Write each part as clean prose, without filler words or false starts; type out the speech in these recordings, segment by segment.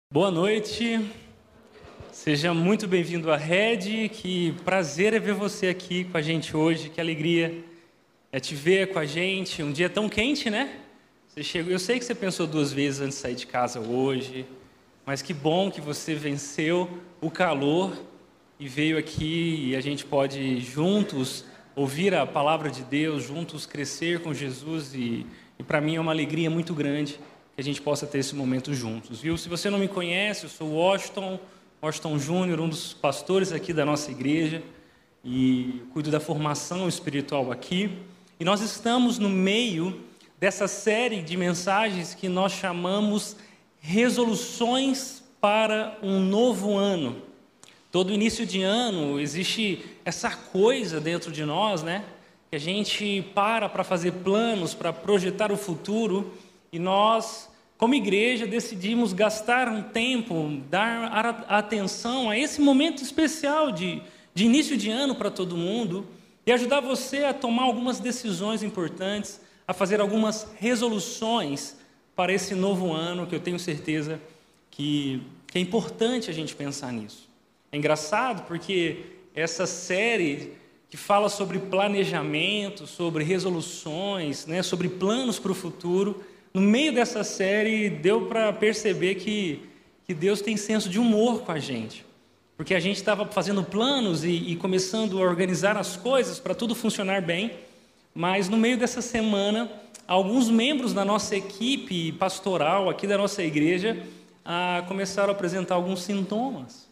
Boa noite, seja muito bem-vindo à Rede, que prazer é ver você aqui com a gente hoje, que alegria é te ver com a gente, um dia tão quente, né? Você chegou, eu sei que você pensou duas vezes antes de sair de casa hoje, mas que bom que você venceu o calor e veio aqui e a gente pode juntos ouvir a palavra de Deus, juntos crescer com Jesus e para mim é uma alegria muito grande que a gente possa ter esse momento juntos, viu? Se você não me conhece, eu sou o Washington Júnior, um dos pastores aqui da nossa igreja e cuido da formação espiritual aqui. E nós estamos no meio dessa série de mensagens que nós chamamos Resoluções para um Novo Ano. Todo início de ano existe essa coisa dentro de nós, né? Que a gente para fazer planos, para projetar o futuro. E nós, como igreja, decidimos gastar um tempo, dar atenção a esse momento especial de início de ano para todo mundo e ajudar você a tomar algumas decisões importantes, a fazer algumas resoluções para esse novo ano, que eu tenho certeza que é importante a gente pensar nisso. É engraçado porque essa série que fala sobre planejamento, sobre resoluções, né, sobre planos para o futuro, no meio dessa série, deu para perceber que Deus tem senso de humor com a gente. Porque a gente estava fazendo planos e começando a organizar as coisas para tudo funcionar bem, mas no meio dessa semana, alguns membros da nossa equipe pastoral aqui da nossa igreja começaram a apresentar alguns sintomas.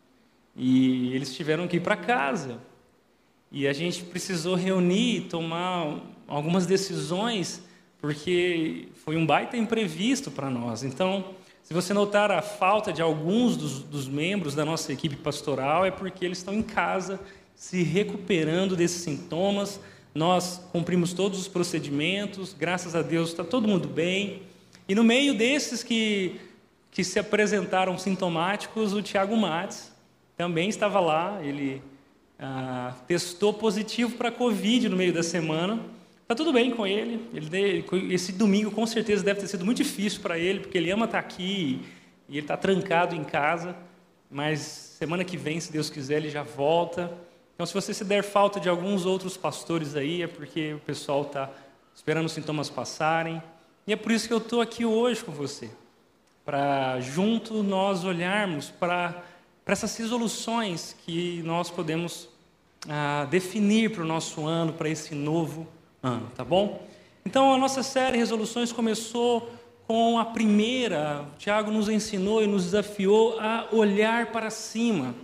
E eles tiveram que ir para casa. E a gente precisou reunir, tomar algumas decisões, porque foi um baita imprevisto para nós. Então, se você notar a falta de alguns dos membros da nossa equipe pastoral, é porque eles estão em casa, se recuperando desses sintomas. Nós cumprimos todos os procedimentos, graças a Deus está todo mundo bem. E no meio desses que se apresentaram sintomáticos, o Tiago Mates também estava lá. Ele testou positivo para a Covid no meio da semana. Está tudo bem com ele. Esse domingo, com certeza, deve ter sido muito difícil para ele, porque ele ama estar aqui e ele está trancado em casa. Mas semana que vem, se Deus quiser, ele já volta. Então, se você se der falta de alguns outros pastores aí, é porque o pessoal está esperando os sintomas passarem. E é por isso que eu estou aqui hoje com você, para junto nós olharmos para essas resoluções que nós podemos definir para o nosso ano, para esse novo ano, tá bom? Então, a nossa série Resoluções começou com a primeira. O Tiago nos ensinou e nos desafiou a olhar para cima.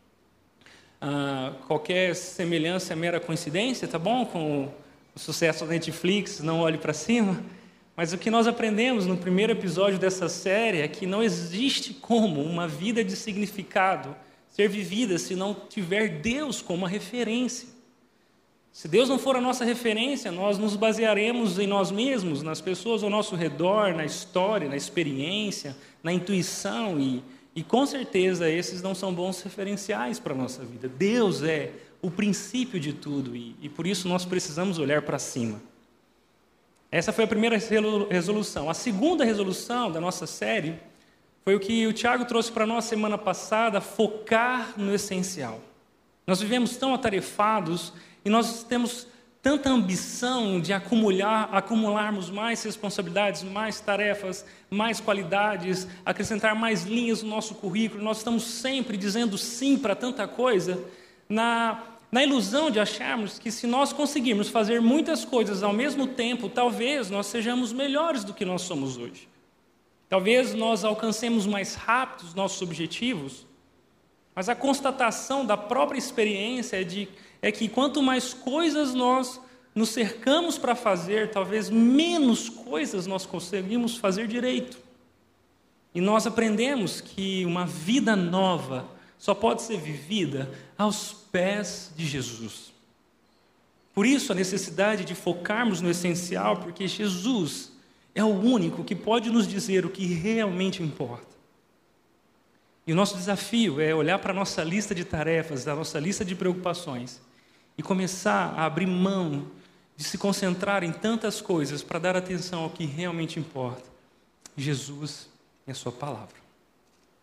Qualquer semelhança é mera coincidência, tá bom? Com o sucesso da Netflix, não olhe para cima. Mas o que nós aprendemos no primeiro episódio dessa série é que não existe como uma vida de significado ser vivida se não tiver Deus como a referência. Se Deus não for a nossa referência, nós nos basearemos em nós mesmos, nas pessoas ao nosso redor, na história, na experiência, na intuição e com certeza esses não são bons referenciais para a nossa vida. Deus é o princípio de tudo e por isso nós precisamos olhar para cima. Essa foi a primeira resolução. A segunda resolução da nossa série foi o que o Tiago trouxe para nós semana passada, focar no essencial. Nós vivemos tão atarefados e nós temos tanta ambição de acumularmos mais responsabilidades, mais tarefas, mais qualidades, acrescentar mais linhas no nosso currículo. Nós estamos sempre dizendo sim para tanta coisa, na ilusão de acharmos que se nós conseguirmos fazer muitas coisas ao mesmo tempo, talvez nós sejamos melhores do que nós somos hoje. Talvez nós alcancemos mais rápido os nossos objetivos, mas a constatação da própria experiência é que quanto mais coisas nós nos cercamos para fazer, talvez menos coisas nós conseguimos fazer direito. E nós aprendemos que uma vida nova só pode ser vivida aos pés de Jesus. Por isso a necessidade de focarmos no essencial, porque Jesus é o único que pode nos dizer o que realmente importa. E o nosso desafio é olhar para a nossa lista de tarefas, a nossa lista de preocupações e começar a abrir mão de se concentrar em tantas coisas para dar atenção ao que realmente importa. Jesus e a sua palavra.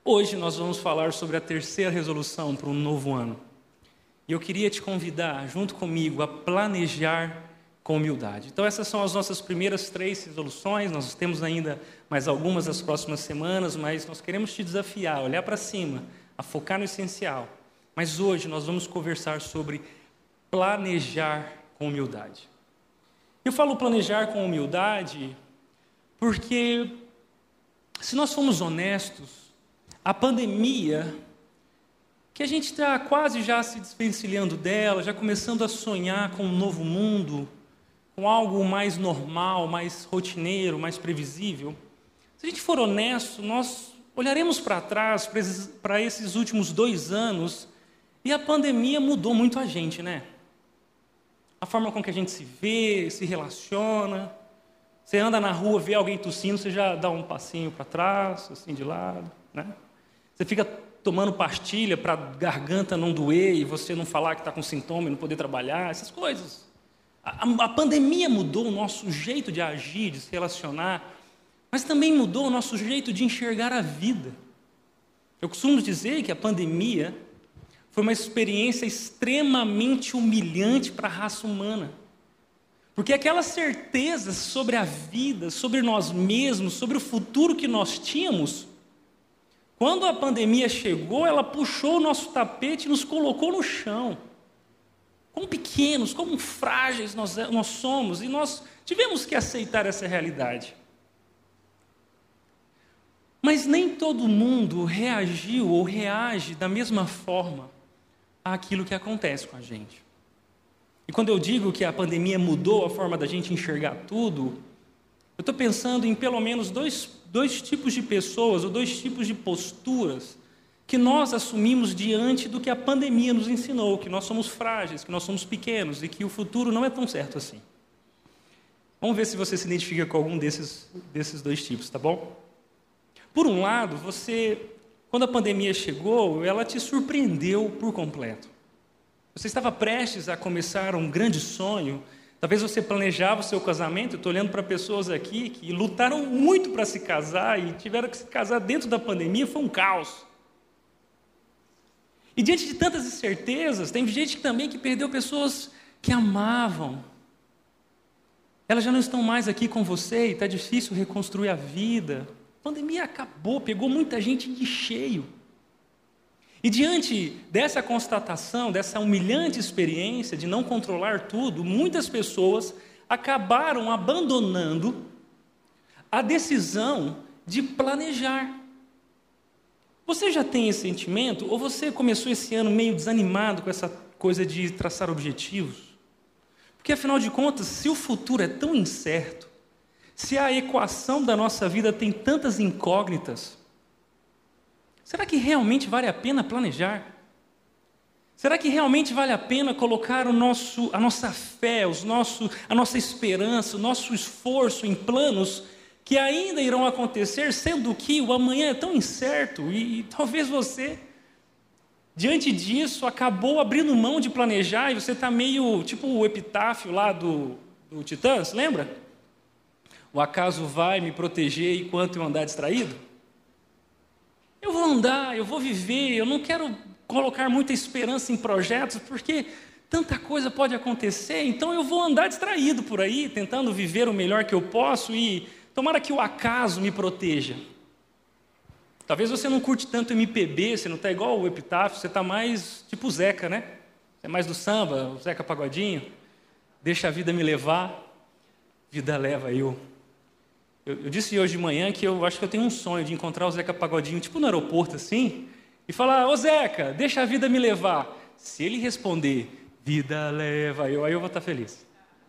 Hoje nós vamos falar sobre a terceira resolução para um novo ano. E eu queria te convidar, junto comigo, a planejar com humildade. Então essas são as nossas primeiras 3 resoluções, nós temos ainda mais algumas nas próximas semanas, mas nós queremos te desafiar, olhar para cima, a focar no essencial. Mas hoje nós vamos conversar sobre planejar com humildade. Eu falo planejar com humildade porque, se nós formos honestos, a pandemia, que a gente está quase já se desvencilhando dela, já começando a sonhar com um novo mundo, com algo mais normal, mais rotineiro, mais previsível. Se a gente for honesto, nós olharemos para trás, para esses últimos 2 anos, e a pandemia mudou muito a gente, né? A forma com que a gente se vê, se relaciona. Você anda na rua, vê alguém tossindo, você já dá um passinho para trás, assim de lado, né? Você fica tomando pastilha para a garganta não doer e você não falar que está com sintoma e não poder trabalhar, essas coisas. A pandemia mudou o nosso jeito de agir, de se relacionar, mas também mudou o nosso jeito de enxergar a vida. Eu costumo dizer que a pandemia foi uma experiência extremamente humilhante para a raça humana. Porque aquelas certezas sobre a vida, sobre nós mesmos, sobre o futuro que nós tínhamos, quando a pandemia chegou, ela puxou o nosso tapete e nos colocou no chão. Quão pequenos, quão frágeis nós somos, e nós tivemos que aceitar essa realidade. Mas nem todo mundo reagiu ou reage da mesma forma àquilo que acontece com a gente. E quando eu digo que a pandemia mudou a forma da gente enxergar tudo, eu estou pensando em pelo menos dois tipos de pessoas, ou 2 tipos de posturas, que nós assumimos diante do que a pandemia nos ensinou, que nós somos frágeis, que nós somos pequenos e que o futuro não é tão certo assim. Vamos ver se você se identifica com algum desses 2 tipos, tá bom? Por um lado, quando a pandemia chegou, ela te surpreendeu por completo. Você estava prestes a começar um grande sonho, talvez você planejava o seu casamento. Eu estou olhando para pessoas aqui que lutaram muito para se casar e tiveram que se casar dentro da pandemia, foi um caos. E diante de tantas incertezas, tem gente também que perdeu pessoas que amavam. Elas já não estão mais aqui com você e está difícil reconstruir a vida. A pandemia acabou, pegou muita gente de cheio. E diante dessa constatação, dessa humilhante experiência de não controlar tudo, muitas pessoas acabaram abandonando a decisão de planejar. Você já tem esse sentimento? Ou você começou esse ano meio desanimado com essa coisa de traçar objetivos? Porque, afinal de contas, se o futuro é tão incerto, se a equação da nossa vida tem tantas incógnitas, será que realmente vale a pena planejar? Será que realmente vale a pena colocar a nossa fé, a nossa esperança, o nosso esforço em planos que ainda irão acontecer, sendo que o amanhã é tão incerto e talvez você, diante disso, acabou abrindo mão de planejar e você está meio tipo o epitáfio lá do Titãs, lembra? O acaso vai me proteger enquanto eu andar distraído? Eu vou andar, eu vou viver, eu não quero colocar muita esperança em projetos, porque tanta coisa pode acontecer, então eu vou andar distraído por aí, tentando viver o melhor que eu posso e tomara que o acaso me proteja. Talvez você não curte tanto MPB, você não está igual o Epitáfio, você está mais tipo o Zeca, né? Você é mais do samba, o Zeca Pagodinho. Deixa a vida me levar, vida leva eu. Eu disse hoje de manhã que eu acho que eu tenho um sonho de encontrar o Zeca Pagodinho, tipo no aeroporto assim, e falar: ô Zeca, deixa a vida me levar. Se ele responder, vida leva eu, aí eu vou estar feliz.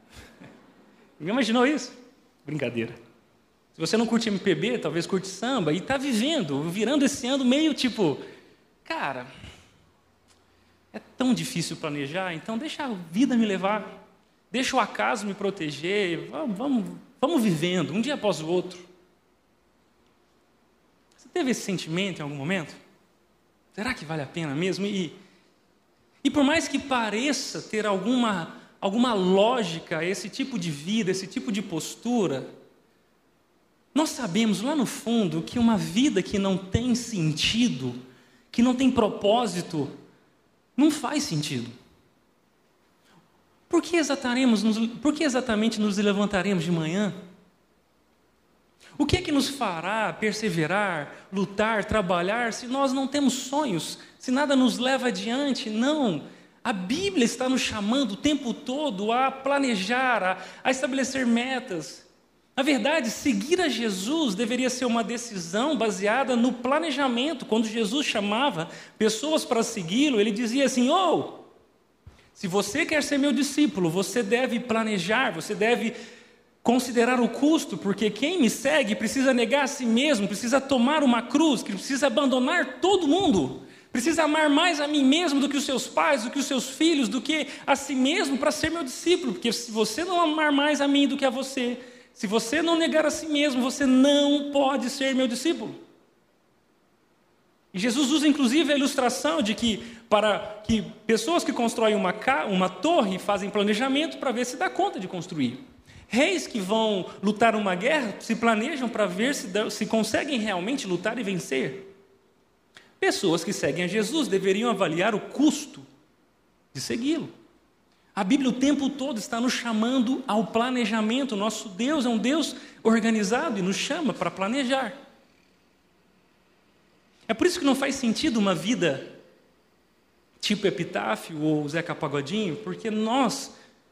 Me imaginou isso? Brincadeira. Se você não curte MPB, talvez curte samba, e está virando esse ano meio tipo, cara, é tão difícil planejar, então deixa a vida me levar, deixa o acaso me proteger, vamos vivendo, um dia após o outro. Você teve esse sentimento em algum momento? Será que vale a pena mesmo? E por mais que pareça ter alguma lógica esse tipo de vida, esse tipo de postura, Nós sabemos lá no fundo que uma vida que não tem sentido, que não tem propósito, não faz sentido. Por que exatamente nos levantaremos de manhã? O que é que nos fará perseverar, lutar, trabalhar, se nós não temos sonhos, se nada nos leva adiante? Não. A Bíblia está nos chamando o tempo todo a planejar, a estabelecer metas. Na verdade, seguir a Jesus deveria ser uma decisão baseada no planejamento. Quando Jesus chamava pessoas para segui-lo, ele dizia assim: se você quer ser meu discípulo, você deve planejar, você deve considerar o custo, porque quem me segue precisa negar a si mesmo, precisa tomar uma cruz, que precisa abandonar todo mundo, precisa amar mais a mim mesmo do que os seus pais, do que os seus filhos, do que a si mesmo para ser meu discípulo, porque se você não amar mais a mim do que a você, se você não negar a si mesmo, você não pode ser meu discípulo. E Jesus usa inclusive a ilustração de que para que pessoas que constroem uma torre fazem planejamento para ver se dá conta de construir. Reis que vão lutar uma guerra se planejam para ver se conseguem realmente lutar e vencer. Pessoas que seguem a Jesus deveriam avaliar o custo de segui-lo. A Bíblia o tempo todo está nos chamando ao planejamento. Nosso Deus é um Deus organizado e nos chama para planejar. É por isso que não faz sentido uma vida tipo Epitáfio ou Zeca Pagodinho, porque nós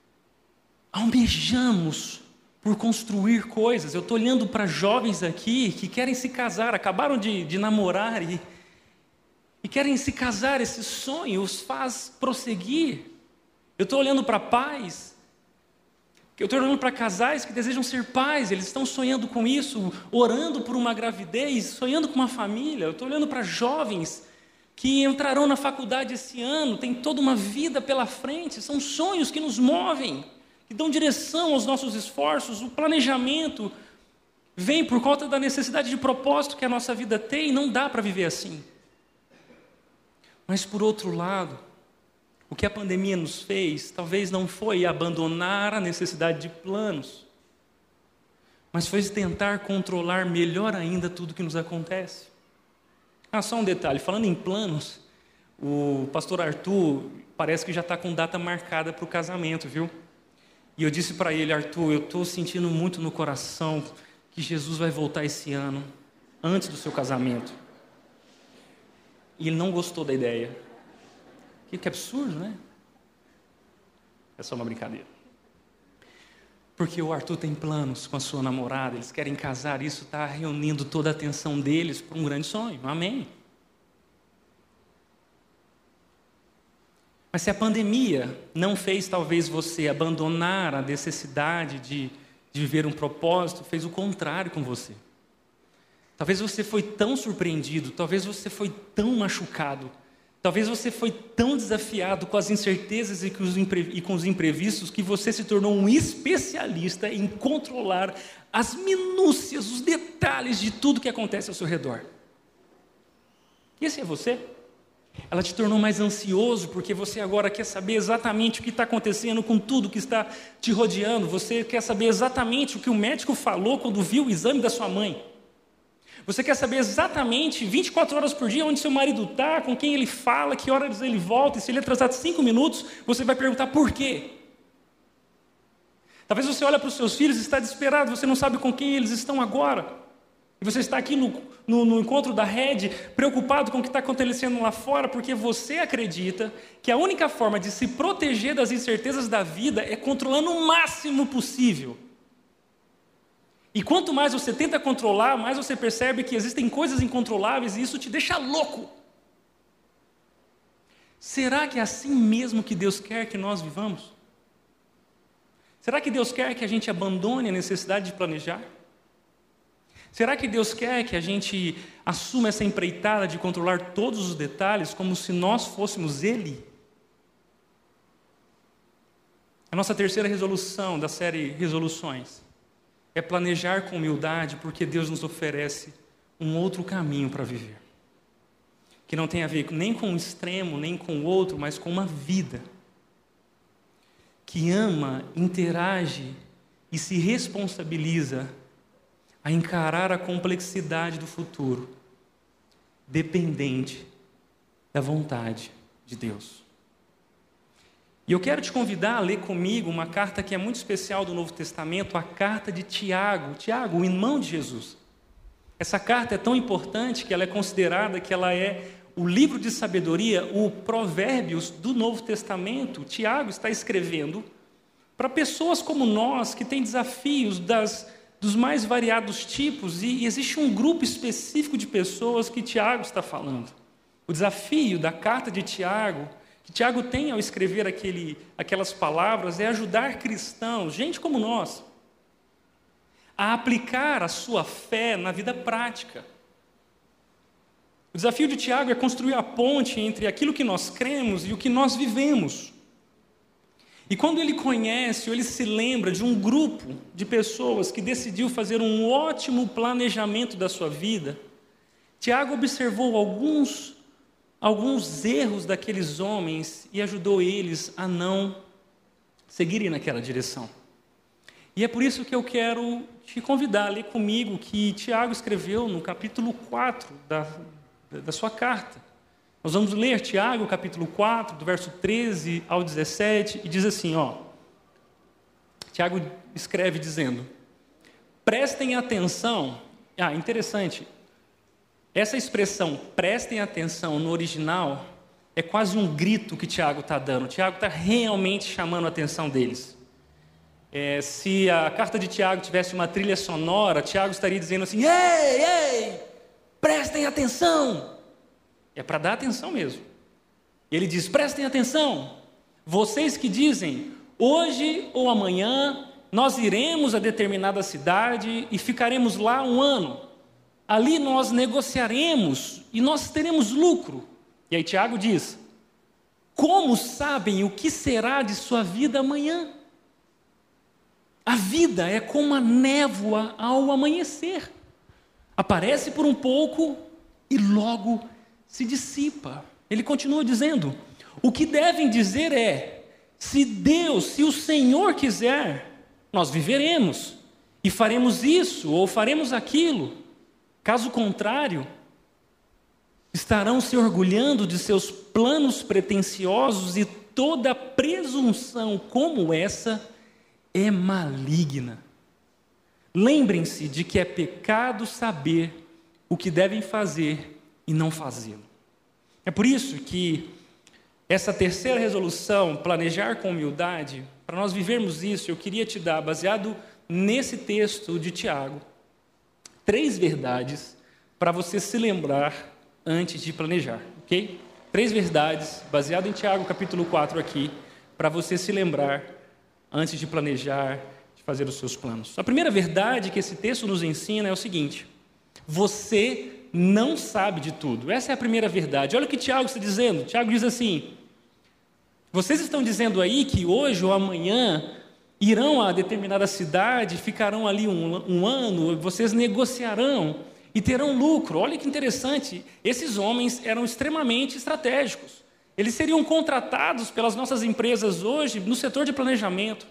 almejamos por construir coisas. Eu estou olhando para jovens aqui que querem se casar, acabaram de namorar e querem se casar. Esse sonho os faz prosseguir. Eu estou olhando para pais, eu estou olhando para casais que desejam ser pais, eles estão sonhando com isso, orando por uma gravidez, sonhando com uma família. Eu estou olhando para jovens que entrarão na faculdade esse ano, tem toda uma vida pela frente, são sonhos que nos movem, que dão direção aos nossos esforços. O planejamento vem por conta da necessidade de propósito que a nossa vida tem, e não dá para viver assim. Mas por outro lado, o que a pandemia nos fez, talvez não foi abandonar a necessidade de planos, mas foi tentar controlar melhor ainda tudo que nos acontece. Só um detalhe, falando em planos, o pastor Arthur parece que já está com data marcada para o casamento, viu? E eu disse para ele: Arthur, eu estou sentindo muito no coração que Jesus vai voltar esse ano, antes do seu casamento. E ele não gostou da ideia. Que absurdo, né? É só uma brincadeira. Porque o Arthur tem planos com a sua namorada, eles querem casar, isso está reunindo toda a atenção deles para um grande sonho. Amém. Mas se a pandemia não fez talvez você abandonar a necessidade de viver um propósito, fez o contrário com você. Talvez você foi tão surpreendido, talvez você foi tão machucado, talvez você foi tão desafiado com as incertezas e com os imprevistos que você se tornou um especialista em controlar as minúcias, os detalhes de tudo que acontece ao seu redor. E esse é você? Ela te tornou mais ansioso porque você agora quer saber exatamente o que está acontecendo com tudo que está te rodeando. Você quer saber exatamente o que o médico falou quando viu o exame da sua mãe. Você quer saber exatamente 24 horas por dia onde seu marido está, com quem ele fala, que horas ele volta, e se ele atrasar 5 minutos, você vai perguntar por quê. Talvez você olhe para os seus filhos e está desesperado, você não sabe com quem eles estão agora. E você está aqui no encontro da rede, preocupado com o que está acontecendo lá fora, porque você acredita que a única forma de se proteger das incertezas da vida é controlando o máximo possível. E quanto mais você tenta controlar, mais você percebe que existem coisas incontroláveis e isso te deixa louco. Será que é assim mesmo que Deus quer que nós vivamos? Será que Deus quer que a gente abandone a necessidade de planejar? Será que Deus quer que a gente assuma essa empreitada de controlar todos os detalhes como se nós fôssemos Ele? A nossa terceira resolução da série Resoluções é planejar com humildade, porque Deus nos oferece um outro caminho para viver, que não tem a ver nem com um extremo, nem com o outro, mas com uma vida que ama, interage e se responsabiliza a encarar a complexidade do futuro, dependente da vontade de Deus. E eu quero te convidar a ler comigo uma carta que é muito especial do Novo Testamento, a carta de Tiago. Tiago, o irmão de Jesus. Essa carta é tão importante que ela é considerada que ela é o livro de sabedoria, o Provérbios do Novo Testamento. Tiago está escrevendo para pessoas como nós, que têm desafios dos mais variados tipos, e existe um grupo específico de pessoas que Tiago está falando. O desafio da carta de Tiago, que Tiago tem ao escrever aquelas palavras, é ajudar cristãos, gente como nós, a aplicar a sua fé na vida prática. O desafio de Tiago é construir a ponte entre aquilo que nós cremos e o que nós vivemos. E quando ele conhece, ou ele se lembra de um grupo de pessoas que decidiu fazer um ótimo planejamento da sua vida, Tiago observou alguns erros daqueles homens e ajudou eles a não seguirem naquela direção. E é por isso que eu quero te convidar a ler comigo que Tiago escreveu no capítulo 4 da sua carta. Nós vamos ler Tiago, capítulo 4, do verso 13 ao 17, e diz assim, Tiago escreve dizendo: prestem atenção. Interessante, essa expressão, prestem atenção, no original, é quase um grito que Tiago está dando. Tiago está realmente chamando a atenção deles. Se a carta de Tiago tivesse uma trilha sonora, Tiago estaria dizendo assim: ei, prestem atenção. É para dar atenção mesmo. Ele diz: prestem atenção, vocês que dizem, hoje ou amanhã nós iremos a determinada cidade e ficaremos lá 1 ano. Ali nós negociaremos e nós teremos lucro. E aí Tiago diz: como sabem o que será de sua vida amanhã? A vida é como a névoa ao amanhecer. Aparece por um pouco e logo se dissipa. Ele continua dizendo: o que devem dizer é: se o Senhor quiser, nós viveremos e faremos isso ou faremos aquilo. Caso contrário, estarão se orgulhando de seus planos pretensiosos, e toda presunção como essa é maligna. Lembrem-se de que é pecado saber o que devem fazer e não fazê-lo. É por isso que essa terceira resolução, planejar com humildade, para nós vivermos isso, eu queria te dar, baseado nesse texto de Tiago, 3 verdades para você se lembrar antes de planejar, ok? 3 verdades, baseado em Tiago capítulo 4 aqui, para você se lembrar antes de planejar, de fazer os seus planos. A primeira verdade que esse texto nos ensina é o seguinte: você não sabe de tudo. Essa é a primeira verdade. Olha o que Tiago está dizendo. Tiago diz assim: vocês estão dizendo aí que hoje ou amanhã irão a determinada cidade, ficarão ali um ano, vocês negociarão e terão lucro. Olha que interessante, esses homens eram extremamente estratégicos. Eles seriam contratados pelas nossas empresas hoje no setor de planejamento.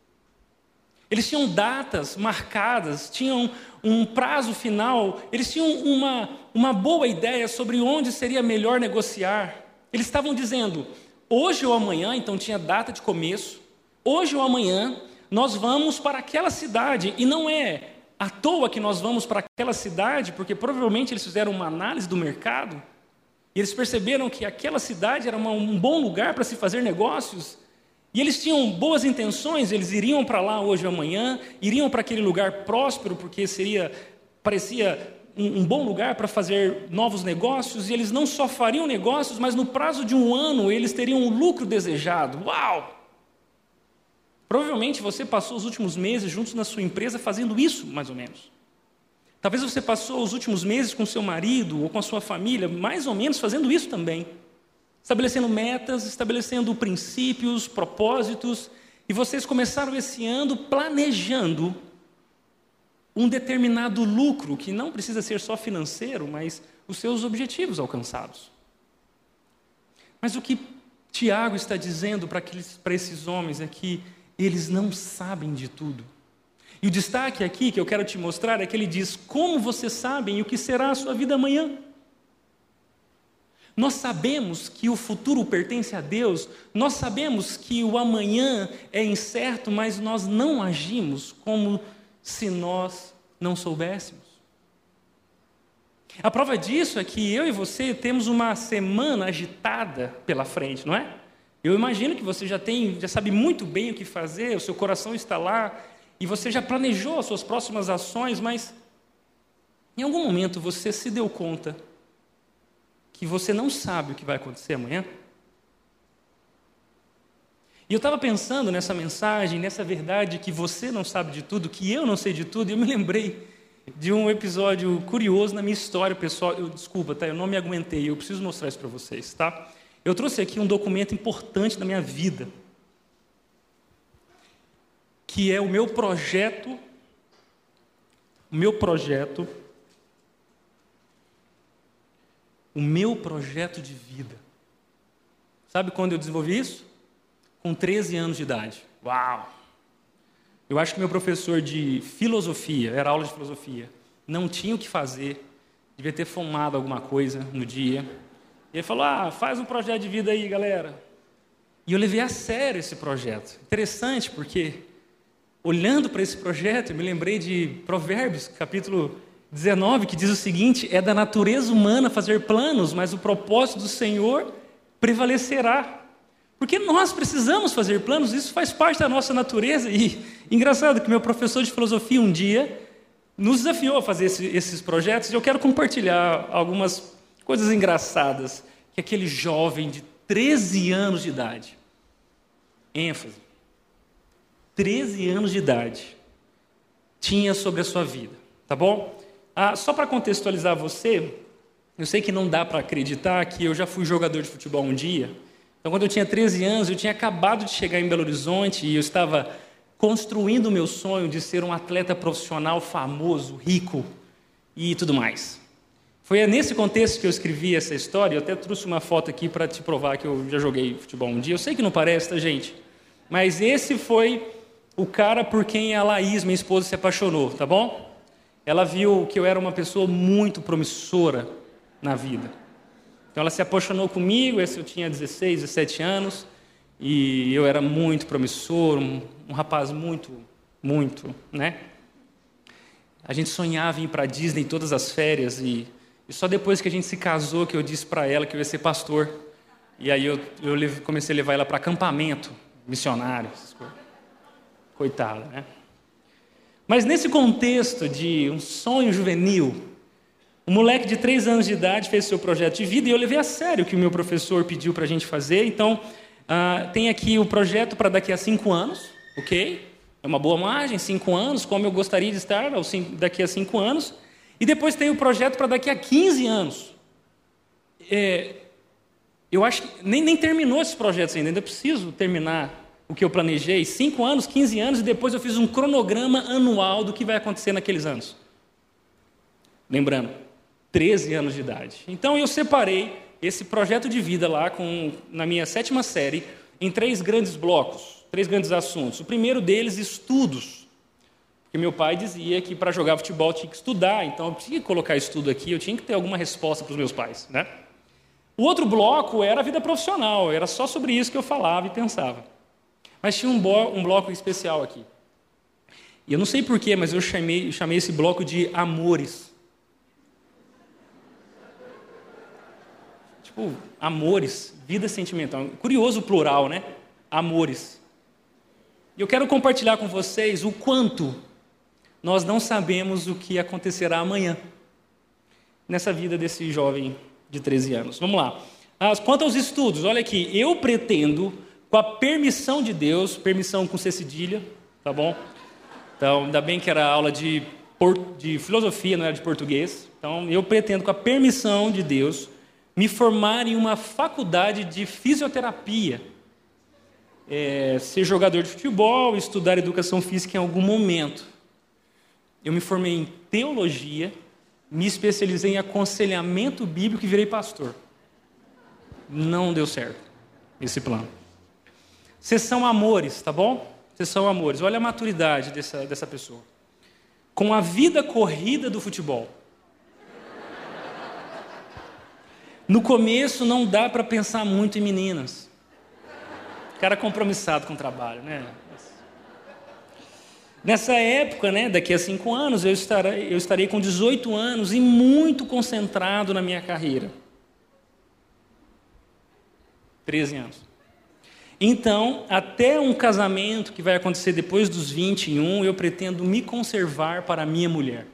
Eles tinham datas marcadas, tinham um prazo final, eles tinham uma boa ideia sobre onde seria melhor negociar. Eles estavam dizendo: hoje ou amanhã, então tinha data de começo, hoje ou amanhã nós vamos para aquela cidade, e não é à toa que nós vamos para aquela cidade, porque provavelmente eles fizeram uma análise do mercado, e eles perceberam que aquela cidade era um bom lugar para se fazer negócios, e eles tinham boas intenções, eles iriam para lá hoje ou amanhã, iriam para aquele lugar próspero, porque parecia um bom lugar para fazer novos negócios, e eles não só fariam negócios, mas no prazo de 1 ano eles teriam o lucro desejado. Uau! Provavelmente você passou os últimos meses juntos na sua empresa fazendo isso, mais ou menos. Talvez você passou os últimos meses com seu marido ou com a sua família, mais ou menos fazendo isso também. Estabelecendo metas, estabelecendo princípios, propósitos, e vocês começaram esse ano planejando um determinado lucro, que não precisa ser só financeiro, mas os seus objetivos alcançados. Mas o que Tiago está dizendo para esses homens é que eles não sabem de tudo. E o destaque aqui que eu quero te mostrar é que ele diz: como vocês sabem o que será a sua vida amanhã? Nós sabemos que o futuro pertence a Deus, nós sabemos que o amanhã é incerto, mas nós não agimos como se nós não soubéssemos. A prova disso é que eu e você temos uma semana agitada pela frente, não é? Eu imagino que você já sabe muito bem o que fazer, o seu coração está lá, e você já planejou as suas próximas ações, mas em algum momento você se deu conta que você não sabe o que vai acontecer amanhã? E eu estava pensando nessa mensagem, nessa verdade que você não sabe de tudo, que eu não sei de tudo, e eu me lembrei de um episódio curioso na minha história, pessoal. Desculpa, tá? Eu não me aguentei, eu preciso mostrar isso para vocês, tá? Eu trouxe aqui um documento importante da minha vida, que é o meu projeto de vida. Sabe quando eu desenvolvi isso? Com 13 anos de idade. Uau! Eu acho que meu professor de filosofia, era aula de filosofia, não tinha o que fazer, devia ter fumado alguma coisa no dia. E ele falou: faz um projeto de vida aí, galera. E eu levei a sério esse projeto. Interessante, porque olhando para esse projeto, eu me lembrei de Provérbios, capítulo 19, que diz o seguinte: é da natureza humana fazer planos, mas o propósito do Senhor prevalecerá. Porque nós precisamos fazer planos, isso faz parte da nossa natureza. E engraçado que meu professor de filosofia um dia nos desafiou a fazer esses projetos, e eu quero compartilhar algumas coisas engraçadas que aquele jovem de 13 anos de idade, ênfase, 13 anos de idade, tinha sobre a sua vida, tá bom? Só para contextualizar você, eu sei que não dá para acreditar que eu já fui jogador de futebol um dia. Então, quando eu tinha 13 anos, eu tinha acabado de chegar em Belo Horizonte e eu estava construindo o meu sonho de ser um atleta profissional famoso, rico e tudo mais. Foi nesse contexto que eu escrevi essa história. Eu até trouxe uma foto aqui para te provar que eu já joguei futebol um dia. Eu sei que não parece, tá, gente? Mas esse foi o cara por quem a Laís, minha esposa, se apaixonou, tá bom? Ela viu que eu era uma pessoa muito promissora na vida. Então ela se apaixonou comigo, eu tinha 16, 17 anos, e eu era muito promissor, um rapaz muito, né? A gente sonhava em ir para a Disney todas as férias, e só depois que a gente se casou que eu disse para ela que eu ia ser pastor. E aí eu comecei a levar ela para acampamento missionário, essas coisas. Coitada, né? Mas nesse contexto de um sonho juvenil, um moleque de 3 anos de idade fez seu projeto de vida e eu levei a sério o que o meu professor pediu para a gente fazer. Então, tem aqui o projeto para daqui a 5 anos, ok? É uma boa margem, 5 anos, como eu gostaria de estar daqui a 5 anos. E depois tem o projeto para daqui a 15 anos. Eu acho que nem terminou esses projetos ainda preciso terminar o que eu planejei. 5 anos, 15 anos, e depois eu fiz um cronograma anual do que vai acontecer naqueles anos. Lembrando, 13 anos de idade. Então eu separei esse projeto de vida lá, na minha 7ª série, em 3 grandes blocos, 3 grandes assuntos. O primeiro deles, estudos. Porque meu pai dizia que para jogar futebol tinha que estudar, então eu tinha que colocar estudo aqui, eu tinha que ter alguma resposta para os meus pais, né? O outro bloco era a vida profissional, era só sobre isso que eu falava e pensava. Mas tinha um bloco especial aqui. E eu não sei porquê, mas eu chamei esse bloco de amores. Amores, vida sentimental. Curioso o plural, né? Amores. E eu quero compartilhar com vocês o quanto nós não sabemos o que acontecerá amanhã nessa vida desse jovem de 13 anos. Vamos lá. Quanto aos estudos, olha aqui. Eu pretendo, com a permissão de Deus, permissão com C cedilha, tá bom? Então, ainda bem que era aula de filosofia, não era de português. Então, eu pretendo, com a permissão de Deus, me formar em uma faculdade de fisioterapia, ser jogador de futebol, estudar educação física em algum momento. Eu me formei em teologia, me especializei em aconselhamento bíblico e virei pastor. Não deu certo esse plano. Vocês são amores, tá bom? Vocês são amores. Olha a maturidade dessa pessoa. com a vida corrida do futebol. No começo não dá para pensar muito em meninas. Cara compromissado com o trabalho, né? Nessa época, né, daqui a 5 anos, eu estarei com 18 anos e muito concentrado na minha carreira. 13 anos. Então, até um casamento que vai acontecer depois dos 21, eu pretendo me conservar para a minha mulher.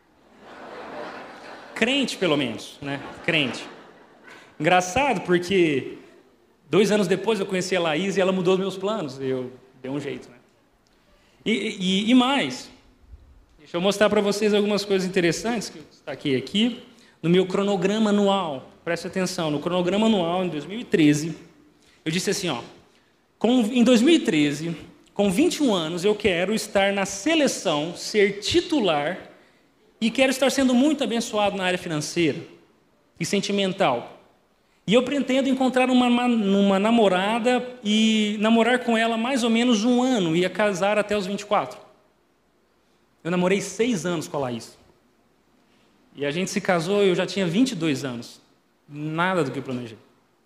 Crente, pelo menos, né? Crente. Engraçado, porque 2 anos depois eu conheci a Laís e ela mudou os meus planos. Eu dei um jeito, né? E mais, deixa eu mostrar para vocês algumas coisas interessantes que eu destaquei aqui no meu cronograma anual. Preste atenção, no cronograma anual, em 2013, eu disse assim, em 2013, com 21 anos, eu quero estar na seleção, ser titular e quero estar sendo muito abençoado na área financeira e sentimental. E eu pretendo encontrar uma namorada e namorar com ela mais ou menos 1 ano, ia casar até os 24. Eu namorei 6 anos com a Laís. E a gente se casou e eu já tinha 22 anos. Nada do que eu planejei.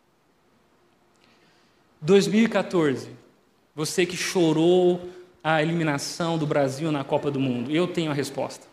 2014, você que chorou a eliminação do Brasil na Copa do Mundo, eu tenho a resposta.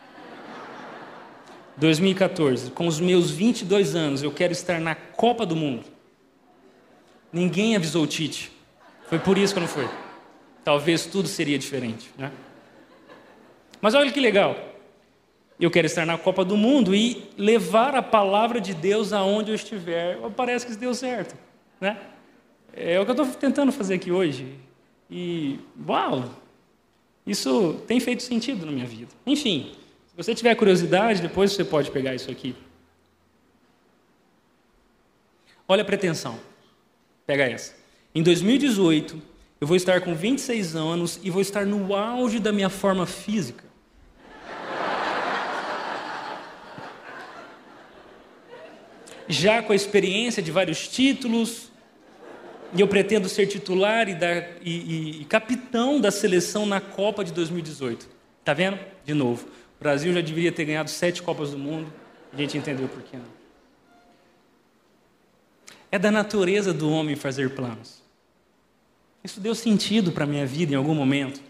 2014, com os meus 22 anos, eu quero estar na Copa do Mundo. Ninguém avisou o Tite. Foi por isso que eu não fui. Talvez tudo seria diferente, né? Mas olha que legal. Eu quero estar na Copa do Mundo e levar a palavra de Deus aonde eu estiver. Parece que isso deu certo, né? É o que eu estou tentando fazer aqui hoje. E, uau! Isso tem feito sentido na minha vida. Enfim, se você tiver curiosidade, depois você pode pegar isso aqui. Olha a pretensão. Pega essa. Em 2018, eu vou estar com 26 anos e vou estar no auge da minha forma física. Já com a experiência de vários títulos, e eu pretendo ser titular e capitão da seleção na Copa de 2018. Tá vendo? De novo. O Brasil já deveria ter ganhado 7 Copas do Mundo. A gente entendeu por que não. É da natureza do homem fazer planos. Isso deu sentido para a minha vida em algum momento.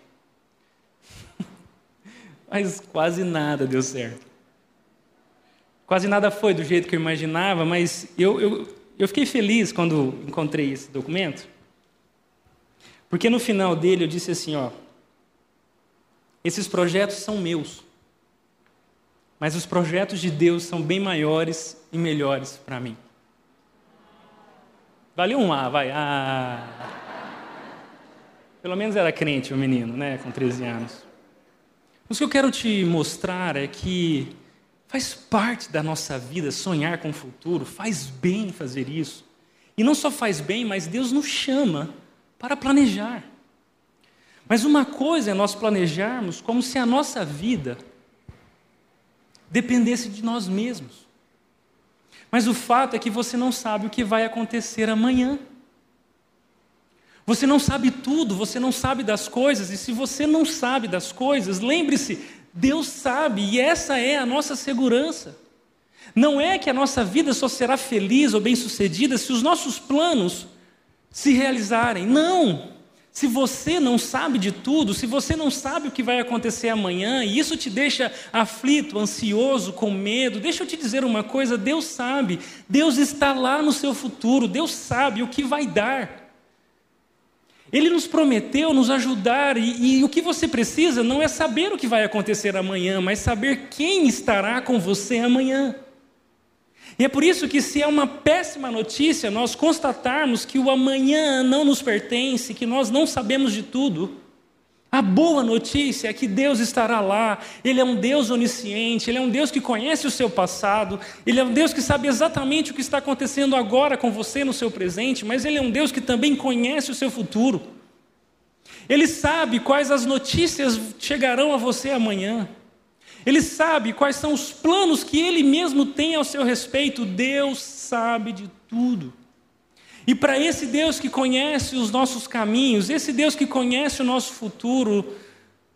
Mas quase nada deu certo. Quase nada foi do jeito que eu imaginava, mas eu fiquei feliz quando encontrei esse documento. Porque no final dele eu disse assim, esses projetos são meus. Mas os projetos de Deus são bem maiores e melhores para mim. Valeu um A, vai. Pelo menos era crente o menino, né, com 13 anos. Mas o que eu quero te mostrar é que faz parte da nossa vida sonhar com o futuro, faz bem fazer isso. E não só faz bem, mas Deus nos chama para planejar. Mas uma coisa é nós planejarmos como se a nossa vida dependesse de nós mesmos. Mas o fato é que você não sabe o que vai acontecer amanhã. Você não sabe tudo, você não sabe das coisas, e se você não sabe das coisas, lembre-se, Deus sabe, e essa é a nossa segurança. Não é que a nossa vida só será feliz ou bem-sucedida se os nossos planos se realizarem. Não! Se você não sabe de tudo, se você não sabe o que vai acontecer amanhã, e isso te deixa aflito, ansioso, com medo, deixa eu te dizer uma coisa, Deus sabe, Deus está lá no seu futuro, Deus sabe o que vai dar. Ele nos prometeu nos ajudar, e o que você precisa não é saber o que vai acontecer amanhã, mas saber quem estará com você amanhã. E é por isso que, se é uma péssima notícia nós constatarmos que o amanhã não nos pertence, que nós não sabemos de tudo, a boa notícia é que Deus estará lá. Ele é um Deus onisciente, Ele é um Deus que conhece o seu passado, Ele é um Deus que sabe exatamente o que está acontecendo agora com você no seu presente, mas Ele é um Deus que também conhece o seu futuro. Ele sabe quais as notícias chegarão a você amanhã. Ele sabe quais são os planos que Ele mesmo tem ao seu respeito. Deus sabe de tudo. E para esse Deus que conhece os nossos caminhos, esse Deus que conhece o nosso futuro,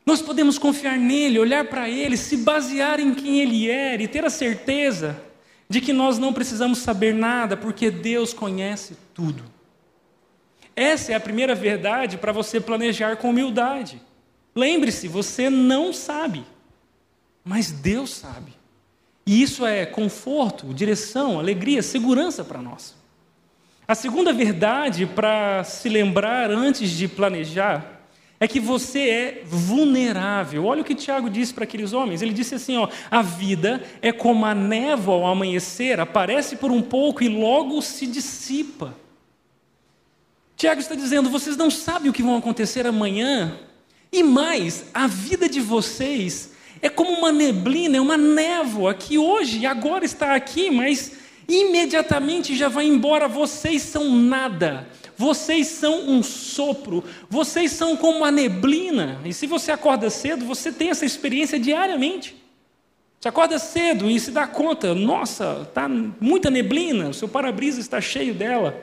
Nós podemos confiar nele, olhar para ele, se basear em quem ele é e ter a certeza de que nós não precisamos saber nada, porque Deus conhece tudo. Essa é a primeira verdade para você planejar com humildade. Lembre-se, você não sabe, mas Deus sabe. E isso é conforto, direção, alegria, segurança para nós. A segunda verdade para se lembrar antes de planejar é que você é vulnerável. Olha o que Tiago disse para aqueles homens. Ele disse assim, a vida é como a névoa ao amanhecer, aparece por um pouco e logo se dissipa. Tiago está dizendo, vocês não sabem o que vai acontecer amanhã. E mais, a vida de vocês é como uma neblina, é uma névoa que hoje, agora está aqui, mas imediatamente já vai embora. Vocês são nada. Vocês são um sopro, vocês são como uma neblina. E se você acorda cedo, você tem essa experiência diariamente. Você acorda cedo e se dá conta, nossa, está muita neblina, o seu para-brisa está cheio dela.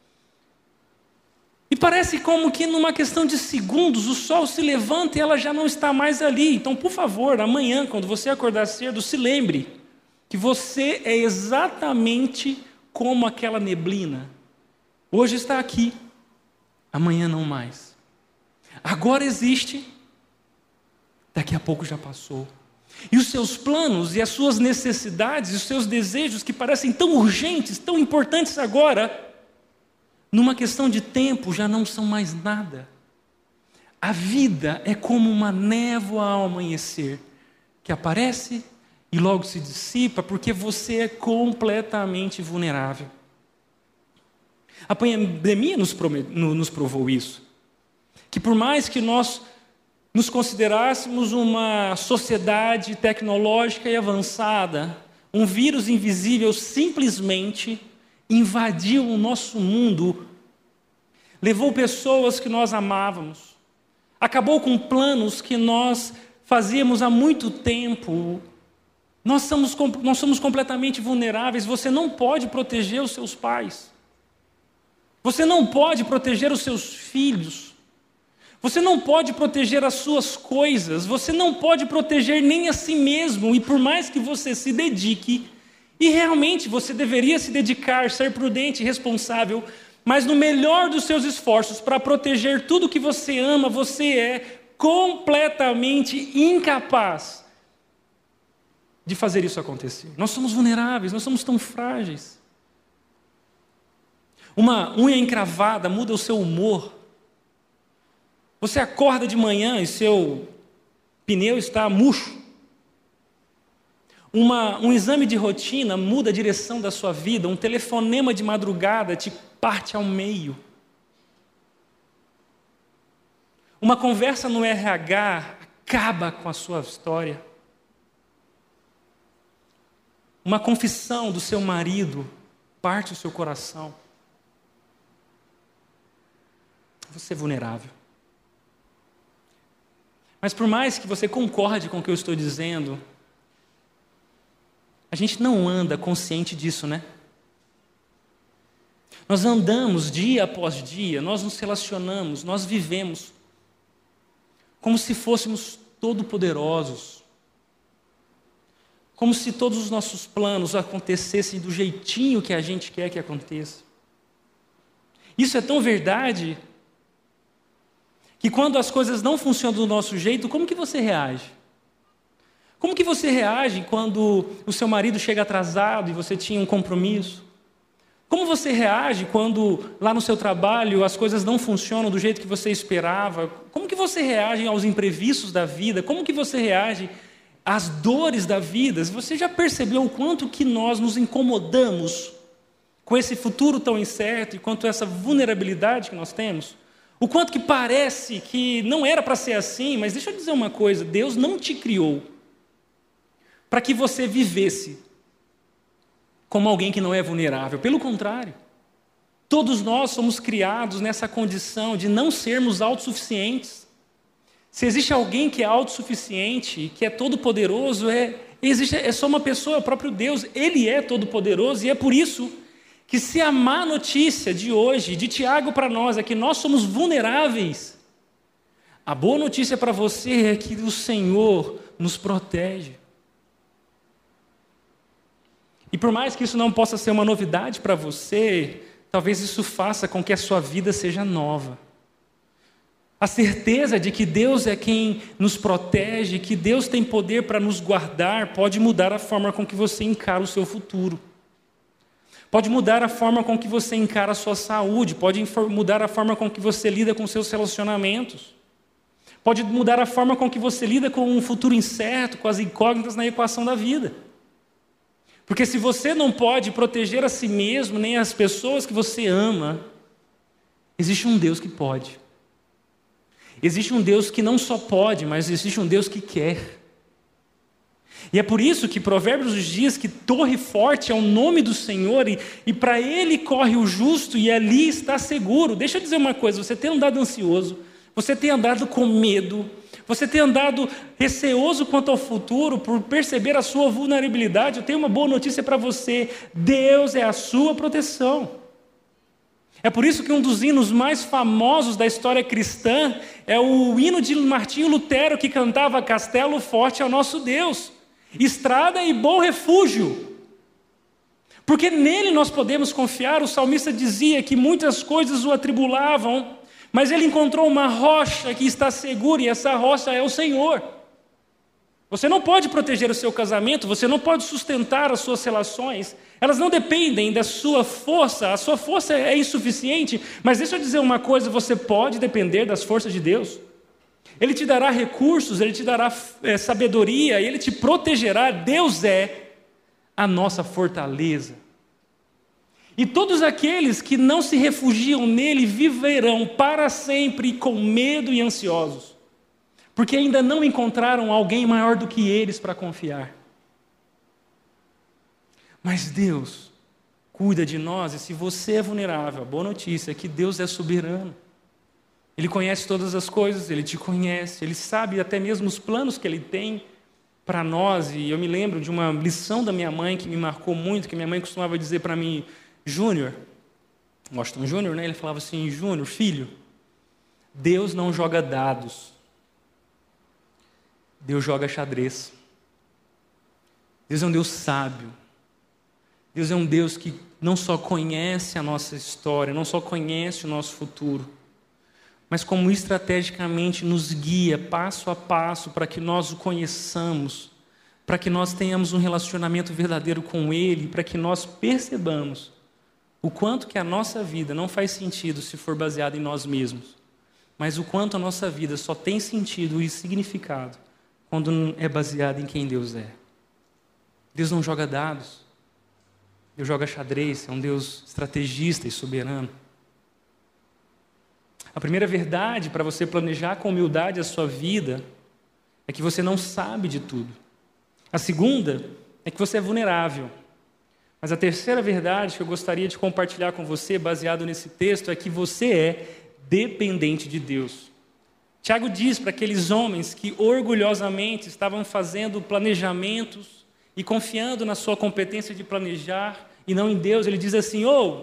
E parece como que numa questão de segundos, o sol se levanta e ela já não está mais ali. Então, por favor, amanhã, quando você acordar cedo, se lembre que você é exatamente como aquela neblina. Hoje está aqui, amanhã não mais. Agora existe, daqui a pouco já passou. E os seus planos e as suas necessidades, os seus desejos que parecem tão urgentes, tão importantes agora, numa questão de tempo já não são mais nada. A vida é como uma névoa ao amanhecer, que aparece e logo se dissipa, porque você é completamente vulnerável. A pandemia nos provou isso. Que por mais que nós nos considerássemos uma sociedade tecnológica e avançada, um vírus invisível simplesmente invadiu o nosso mundo, levou pessoas que nós amávamos, acabou com planos que nós fazíamos há muito tempo. Nós somos completamente vulneráveis. Você não pode proteger os seus pais. Você não pode proteger os seus filhos. Você não pode proteger as suas coisas. Você não pode proteger nem a si mesmo. E por mais que você se dedique, e realmente você deveria se dedicar, ser prudente e responsável, mas no melhor dos seus esforços para proteger tudo que você ama, você é completamente incapaz de fazer isso acontecer. Nós somos vulneráveis, nós somos tão frágeis. Uma unha encravada muda o seu humor. Você acorda de manhã e seu pneu está murcho. Um exame de rotina muda a direção da sua vida. Um telefonema de madrugada te parte ao meio. Uma conversa no RH acaba com a sua história. Uma confissão do seu marido parte o seu coração. Você é vulnerável. Mas por mais que você concorde com o que eu estou dizendo, a gente não anda consciente disso, né? Nós andamos dia após dia, nós nos relacionamos, nós vivemos como se fôssemos todo-poderosos, como se todos os nossos planos acontecessem do jeitinho que a gente quer que aconteça. Isso é tão verdade que quando as coisas não funcionam do nosso jeito, como que você reage? Como que você reage quando o seu marido chega atrasado e você tinha um compromisso? Como você reage quando lá no seu trabalho as coisas não funcionam do jeito que você esperava? Como que você reage aos imprevistos da vida? Como que você reage às dores da vida? Você já percebeu o quanto que nós nos incomodamos com esse futuro tão incerto e quanto essa vulnerabilidade que nós temos? O quanto que parece que não era para ser assim, mas deixa eu dizer uma coisa, Deus não te criou para que você vivesse como alguém que não é vulnerável. Pelo contrário, todos nós somos criados nessa condição de não sermos autossuficientes. Se existe alguém que é autossuficiente, que é todo-poderoso, é só uma pessoa, é o próprio Deus. Ele é todo-poderoso e é por isso que se a má notícia de hoje, de Tiago para nós, é que nós somos vulneráveis, A boa notícia para você é que o Senhor nos protege. E por mais que isso não possa ser uma novidade para você, talvez isso faça com que a sua vida seja nova. A certeza de que Deus é quem nos protege, que Deus tem poder para nos guardar, pode mudar a forma com que você encara o seu futuro. Pode mudar a forma com que você encara a sua saúde, pode mudar a forma com que você lida com seus relacionamentos. Pode mudar a forma com que você lida com um futuro incerto, com as incógnitas na equação da vida. Porque se você não pode proteger a si mesmo, nem as pessoas que você ama, existe um Deus que pode. Existe um Deus que não só pode, mas existe um Deus que quer. E é por isso que Provérbios nos diz que torre forte é o nome do Senhor e para Ele corre o justo e ali está seguro. Deixa eu dizer uma coisa, você tem andado ansioso, você tem andado com medo, você tem andado receoso quanto ao futuro por perceber a sua vulnerabilidade, eu tenho uma boa notícia para você, Deus é a sua proteção. É por isso que um dos hinos mais famosos da história cristã é o hino de Martinho Lutero, que cantava Castelo forte é o nosso Deus, estrada e bom refúgio. Porque nele nós podemos confiar. O salmista dizia que muitas coisas o atribulavam, mas ele encontrou uma rocha que está segura e essa rocha é o Senhor. Você não pode proteger o seu casamento, você não pode sustentar as suas relações, elas não dependem da sua força, a sua força é insuficiente, mas deixa eu dizer uma coisa, você pode depender das forças de Deus. Ele te dará recursos, Ele te dará sabedoria, Ele te protegerá. Deus é a nossa fortaleza. E todos aqueles que não se refugiam nele viverão para sempre com medo e ansiosos, porque ainda não encontraram alguém maior do que eles para confiar. Mas Deus cuida de nós, e se você é vulnerável, a boa notícia é que Deus é soberano. Ele conhece todas as coisas, Ele te conhece, Ele sabe até mesmo os planos que Ele tem para nós. E eu me lembro de uma lição da minha mãe que me marcou muito, que minha mãe costumava dizer para mim, Júnior, Washington Júnior, né? Ele falava assim, Júnior, filho, Deus não joga dados, Deus joga xadrez. Deus é um Deus sábio. Deus é um Deus que não só conhece a nossa história, não só conhece o nosso futuro, mas como estrategicamente nos guia passo a passo para que nós o conheçamos, para que nós tenhamos um relacionamento verdadeiro com Ele, para que nós percebamos o quanto que a nossa vida não faz sentido se for baseada em nós mesmos, mas o quanto a nossa vida só tem sentido e significado quando é baseada em quem Deus é. Deus não joga dados, Deus joga xadrez, é um Deus estrategista e soberano. A primeira verdade para você planejar com humildade a sua vida é que você não sabe de tudo. A segunda é que você é vulnerável. Mas a terceira verdade que eu gostaria de compartilhar com você, baseado nesse texto, é que você é dependente de Deus. Tiago diz para aqueles homens que orgulhosamente estavam fazendo planejamentos e confiando na sua competência de planejar e não em Deus, ele diz assim,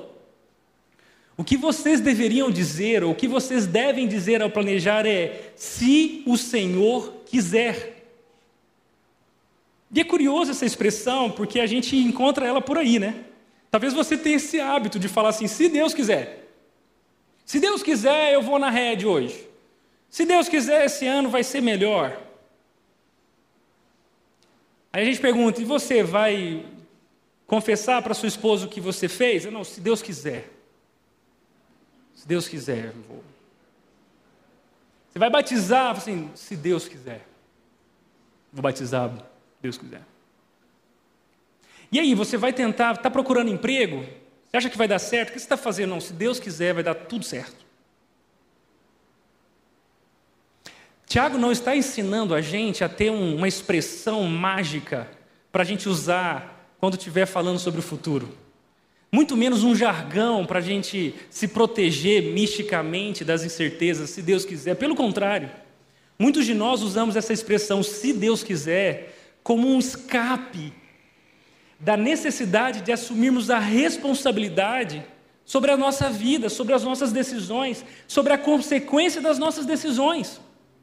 o que vocês deveriam dizer, ou o que vocês devem dizer ao planejar é, se o Senhor quiser. E é curioso essa expressão, porque a gente encontra ela por aí, né? Talvez você tenha esse hábito de falar assim, se Deus quiser. Se Deus quiser, eu vou na rede hoje. Se Deus quiser, esse ano vai ser melhor. Aí a gente pergunta, e você vai confessar para sua esposa o que você fez? Não, se Deus quiser. Se Deus quiser, eu vou. Você vai batizar, assim, se Deus quiser. Vou batizar, se Deus quiser. E aí, você vai tentar, está procurando emprego? Você acha que vai dar certo? O que você está fazendo? Não, se Deus quiser, vai dar tudo certo. Tiago não está ensinando a gente a ter uma expressão mágica para a gente usar quando estiver falando sobre o futuro. Muito menos um jargão para a gente se proteger misticamente das incertezas, se Deus quiser. Pelo contrário, muitos de nós usamos essa expressão, se Deus quiser, como um escape da necessidade de assumirmos a responsabilidade sobre a nossa vida, sobre as nossas decisões, sobre a consequência das nossas decisões.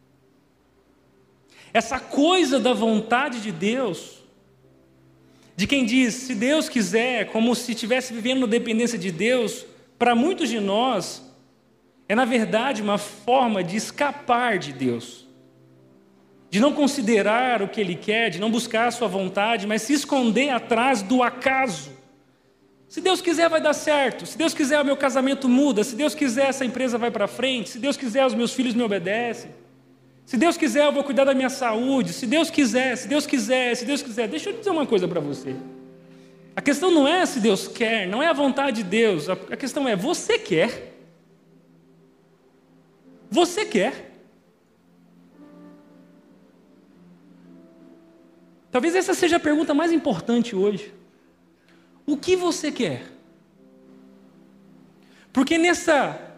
essa coisa da vontade de Deus, de quem diz, se Deus quiser, como se estivesse vivendo na dependência de Deus, para muitos de nós, é na verdade uma forma de escapar de Deus, de não considerar o que Ele quer, de não buscar a sua vontade, mas se esconder atrás do acaso. Se Deus quiser vai dar certo, se Deus quiser o meu casamento muda, se Deus quiser essa empresa vai para frente, se Deus quiser os meus filhos me obedecem, se Deus quiser eu vou cuidar da minha saúde, se Deus quiser, se Deus quiser, se Deus quiser. Deixa eu dizer uma coisa para você. A questão não é se Deus quer, não é a vontade de Deus, a questão é, você quer? Você quer? Talvez essa seja a pergunta mais importante hoje. O que você quer? Porque nesse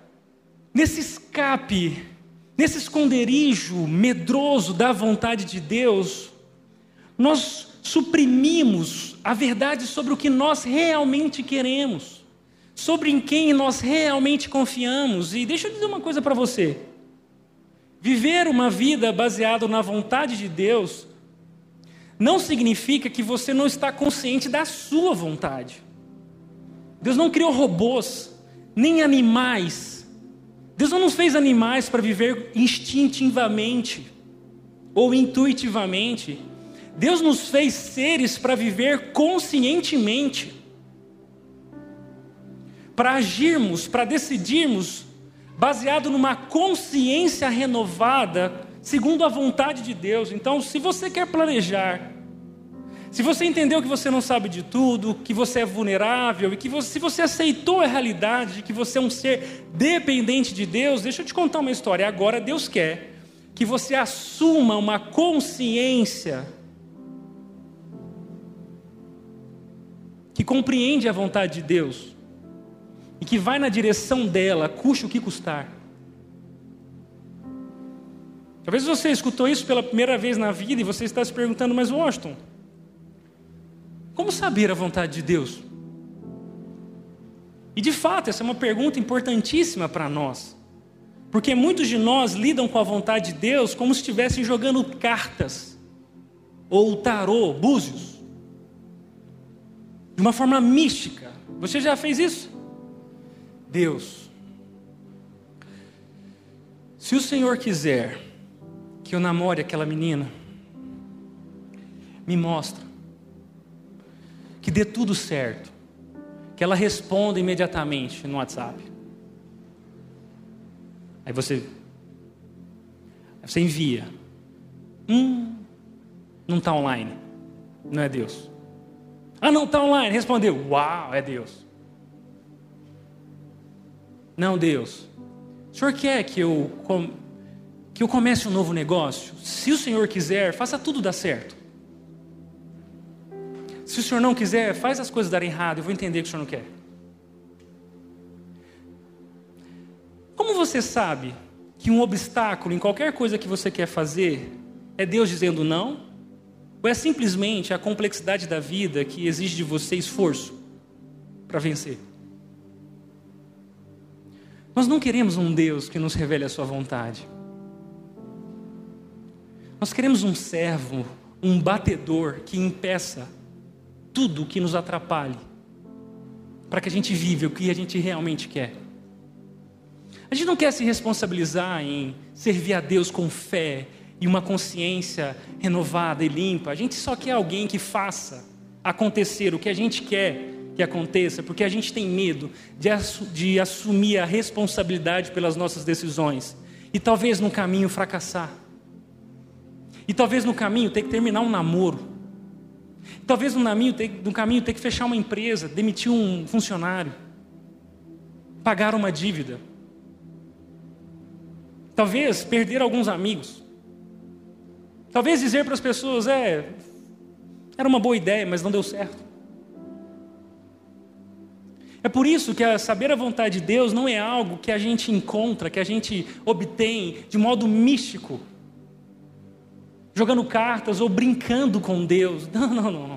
escape, nesse esconderijo medroso da vontade de Deus, nós suprimimos a verdade sobre o que nós realmente queremos, sobre em quem nós realmente confiamos. E deixa eu dizer uma coisa para você. Viver uma vida baseada na vontade de Deus não significa que você não está consciente da sua vontade. Deus não criou robôs, nem animais. Deus não nos fez animais para viver instintivamente ou intuitivamente. Deus nos fez seres para viver conscientemente, para agirmos, para decidirmos, baseado numa consciência renovada, segundo a vontade de Deus. Então, se você quer planejar, se você entendeu que você não sabe de tudo, que você é vulnerável, e que se você aceitou a realidade de que você é um ser dependente de Deus, deixa eu te contar uma história. Agora Deus quer que você assuma uma consciência que compreende a vontade de Deus e que vai na direção dela, custe o que custar. Talvez você escutou isso pela primeira vez na vida e você está se perguntando, mas Washington, como saber a vontade de Deus? E de fato, essa é uma pergunta importantíssima para nós, porque muitos de nós lidam com a vontade de Deus como se estivessem jogando cartas, ou tarô, búzios, de uma forma mística. Você já fez isso? Deus, se o Senhor quiser que eu namore aquela menina, me mostra, que dê tudo certo, que ela responda imediatamente no WhatsApp. Aí você envia. Não está online. Não é Deus. Ah, não está online. Respondeu. Uau, é Deus. Não, Deus. O Senhor quer que eu comece um novo negócio? Se o Senhor quiser, faça tudo dar certo. Se o Senhor não quiser, faz as coisas darem errado, eu vou entender que o Senhor não quer. Como você sabe que um obstáculo em qualquer coisa que você quer fazer é Deus dizendo não? Ou é simplesmente a complexidade da vida que exige de você esforço para vencer? Nós não queremos um Deus que nos revele a sua vontade. Nós queremos um servo, um batedor que impeça tudo o que nos atrapalhe, para que a gente viva o que a gente realmente quer. A gente não quer se responsabilizar em servir a Deus com fé e uma consciência renovada e limpa. A gente só quer alguém que faça acontecer o que a gente quer que aconteça, porque a gente tem medo de assumir a responsabilidade pelas nossas decisões e talvez no caminho fracassar, e talvez no caminho ter que terminar um namoro, talvez no caminho ter que fechar uma empresa, demitir um funcionário, pagar uma dívida, talvez perder alguns amigos, talvez dizer para as pessoas, era uma boa ideia, mas não deu certo. É por isso que saber a vontade de Deus não é algo que a gente encontra, que a gente obtém de modo místico, jogando cartas ou brincando com Deus. Não.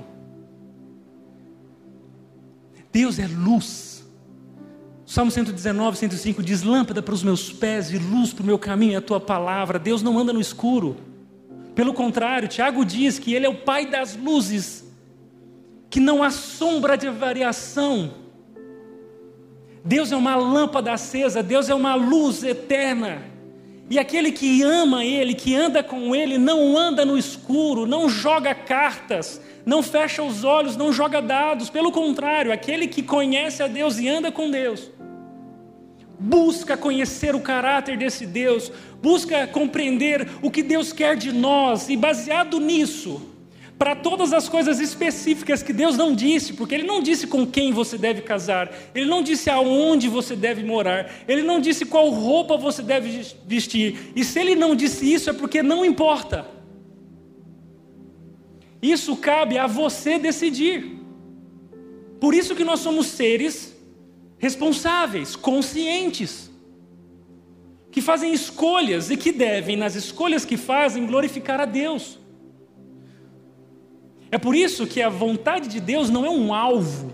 Deus é luz. Salmo 119, 105 diz, lâmpada para os meus pés e luz para o meu caminho é a tua palavra. Deus não anda no escuro. Pelo contrário, Tiago diz que Ele é o Pai das luzes, que não há sombra de variação. Deus é uma lâmpada acesa, Deus é uma luz eterna. E aquele que ama Ele, que anda com Ele, não anda no escuro, não joga cartas, não fecha os olhos, não joga dados. Pelo contrário, aquele que conhece a Deus e anda com Deus, busca conhecer o caráter desse Deus, busca compreender o que Deus quer de nós, e baseado nisso, para todas as coisas específicas que Deus não disse, porque Ele não disse com quem você deve casar, Ele não disse aonde você deve morar, Ele não disse qual roupa você deve vestir, e se Ele não disse isso é porque não importa. Isso cabe a você decidir. Por isso que nós somos seres responsáveis, conscientes, que fazem escolhas e que devem, nas escolhas que fazem, glorificar a Deus. É por isso que a vontade de Deus não é um alvo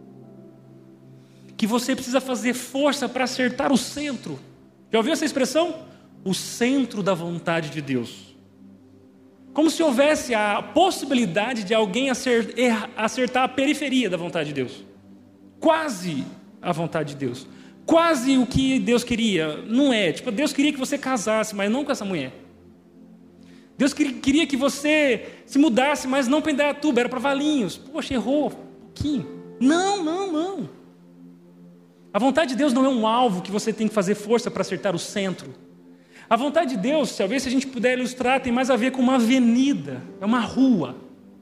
que você precisa fazer força para acertar o centro. Já ouviu essa expressão? O centro da vontade de Deus. Como se houvesse a possibilidade de alguém acertar a periferia da vontade de Deus. Quase a vontade de Deus. Quase o que Deus queria. Não é. Tipo, Deus queria que você casasse, mas não com essa mulher. Deus queria que você se mudasse, mas não para Indaiatuba, era para Valinhos. Poxa, errou um pouquinho. Não. A vontade de Deus não é um alvo que você tem que fazer força para acertar o centro. A vontade de Deus, talvez se a gente puder ilustrar, tem mais a ver com uma avenida, é uma rua.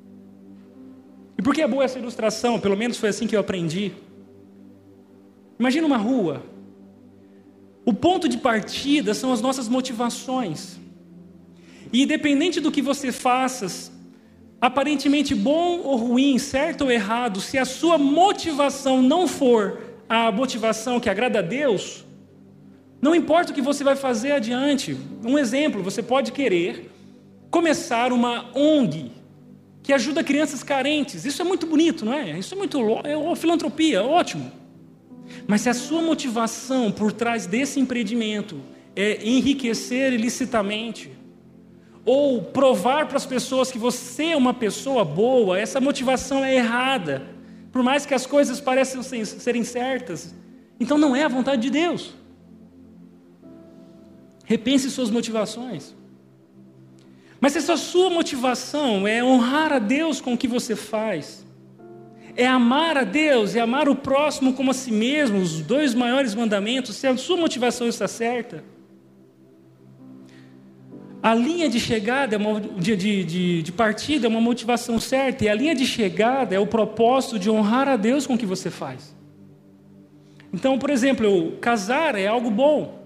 E por que é boa essa ilustração? Pelo menos foi assim que eu aprendi. Imagina uma rua. O ponto de partida são as nossas motivações. E independente do que você faça, aparentemente bom ou ruim, certo ou errado, se a sua motivação não for a motivação que agrada a Deus, não importa o que você vai fazer adiante. Um exemplo, você pode querer começar uma ONG que ajuda crianças carentes. Isso é muito bonito, não é? Isso é filantropia, ótimo. Mas se a sua motivação por trás desse empreendimento é enriquecer ilicitamente, ou provar para as pessoas que você é uma pessoa boa, essa motivação é errada, por mais que as coisas pareçam serem certas, então não é a vontade de Deus. Repense suas motivações. Mas se a sua motivação é honrar a Deus com o que você faz, é amar a Deus e amar o próximo como a si mesmo, os dois maiores mandamentos, se a sua motivação está certa, a linha de chegada, de partida é uma motivação certa, e a linha de chegada é o propósito de honrar a Deus com o que você faz. Então, por exemplo, casar é algo bom,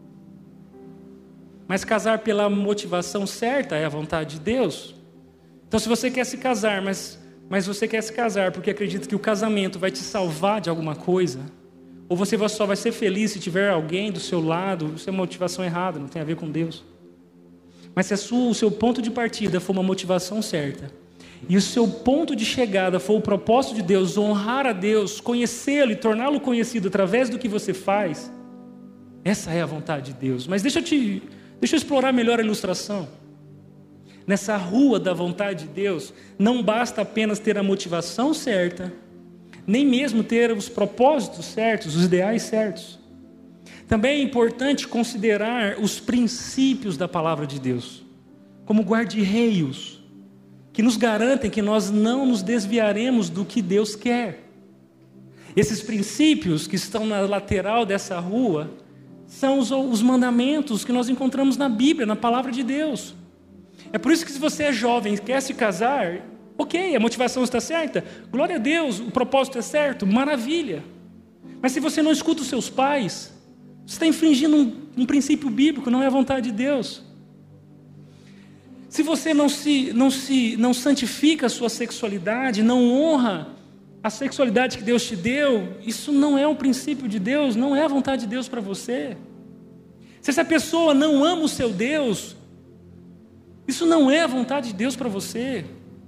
mas casar pela motivação certa é a vontade de Deus. Então, se você quer se casar, mas você quer se casar porque acredita que o casamento vai te salvar de alguma coisa, ou você só vai ser feliz se tiver alguém do seu lado, isso é motivação errada, não tem a ver com Deus. Mas se o seu ponto de partida for uma motivação certa, e o seu ponto de chegada for o propósito de Deus, honrar a Deus, conhecê-lo e torná-lo conhecido através do que você faz, essa é a vontade de Deus. Mas deixa eu explorar melhor a ilustração. Nessa rua da vontade de Deus, não basta apenas ter a motivação certa, nem mesmo ter os propósitos certos, os ideais certos. Também é importante considerar os princípios da palavra de Deus, como guarda-reios, que nos garantem que nós não nos desviaremos do que Deus quer. Esses princípios que estão na lateral dessa rua, são os mandamentos que nós encontramos na Bíblia, na palavra de Deus. É por isso que se você é jovem e quer se casar, ok, a motivação está certa, glória a Deus, o propósito é certo, maravilha. Mas se você não escuta os seus pais, você está infringindo um princípio bíblico, não é a vontade de Deus. Se você não santifica a sua sexualidade, não honra a sexualidade que Deus te deu, isso não é um princípio de Deus, não é a vontade de Deus para você. Se essa pessoa não ama o seu Deus, isso não é a vontade de Deus para você.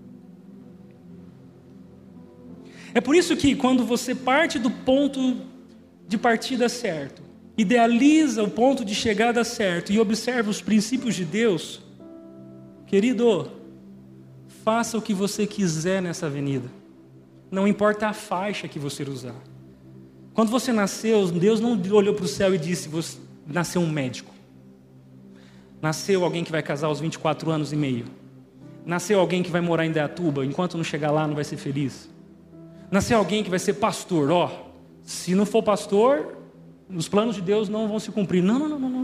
É por isso que quando você parte do ponto de partida certo, idealiza o ponto de chegada certo e observa os princípios de Deus, Querido, faça o que você quiser nessa avenida. Não importa a faixa que você usar. Quando você nasceu, Deus não olhou para o céu e disse, você nasceu um médico. Nasceu alguém que vai casar aos 24 anos e meio. Nasceu alguém que vai morar em Indaiatuba, enquanto não chegar lá não vai ser feliz. Nasceu alguém que vai ser pastor. Se não for pastor, os planos de Deus não vão se cumprir. Não.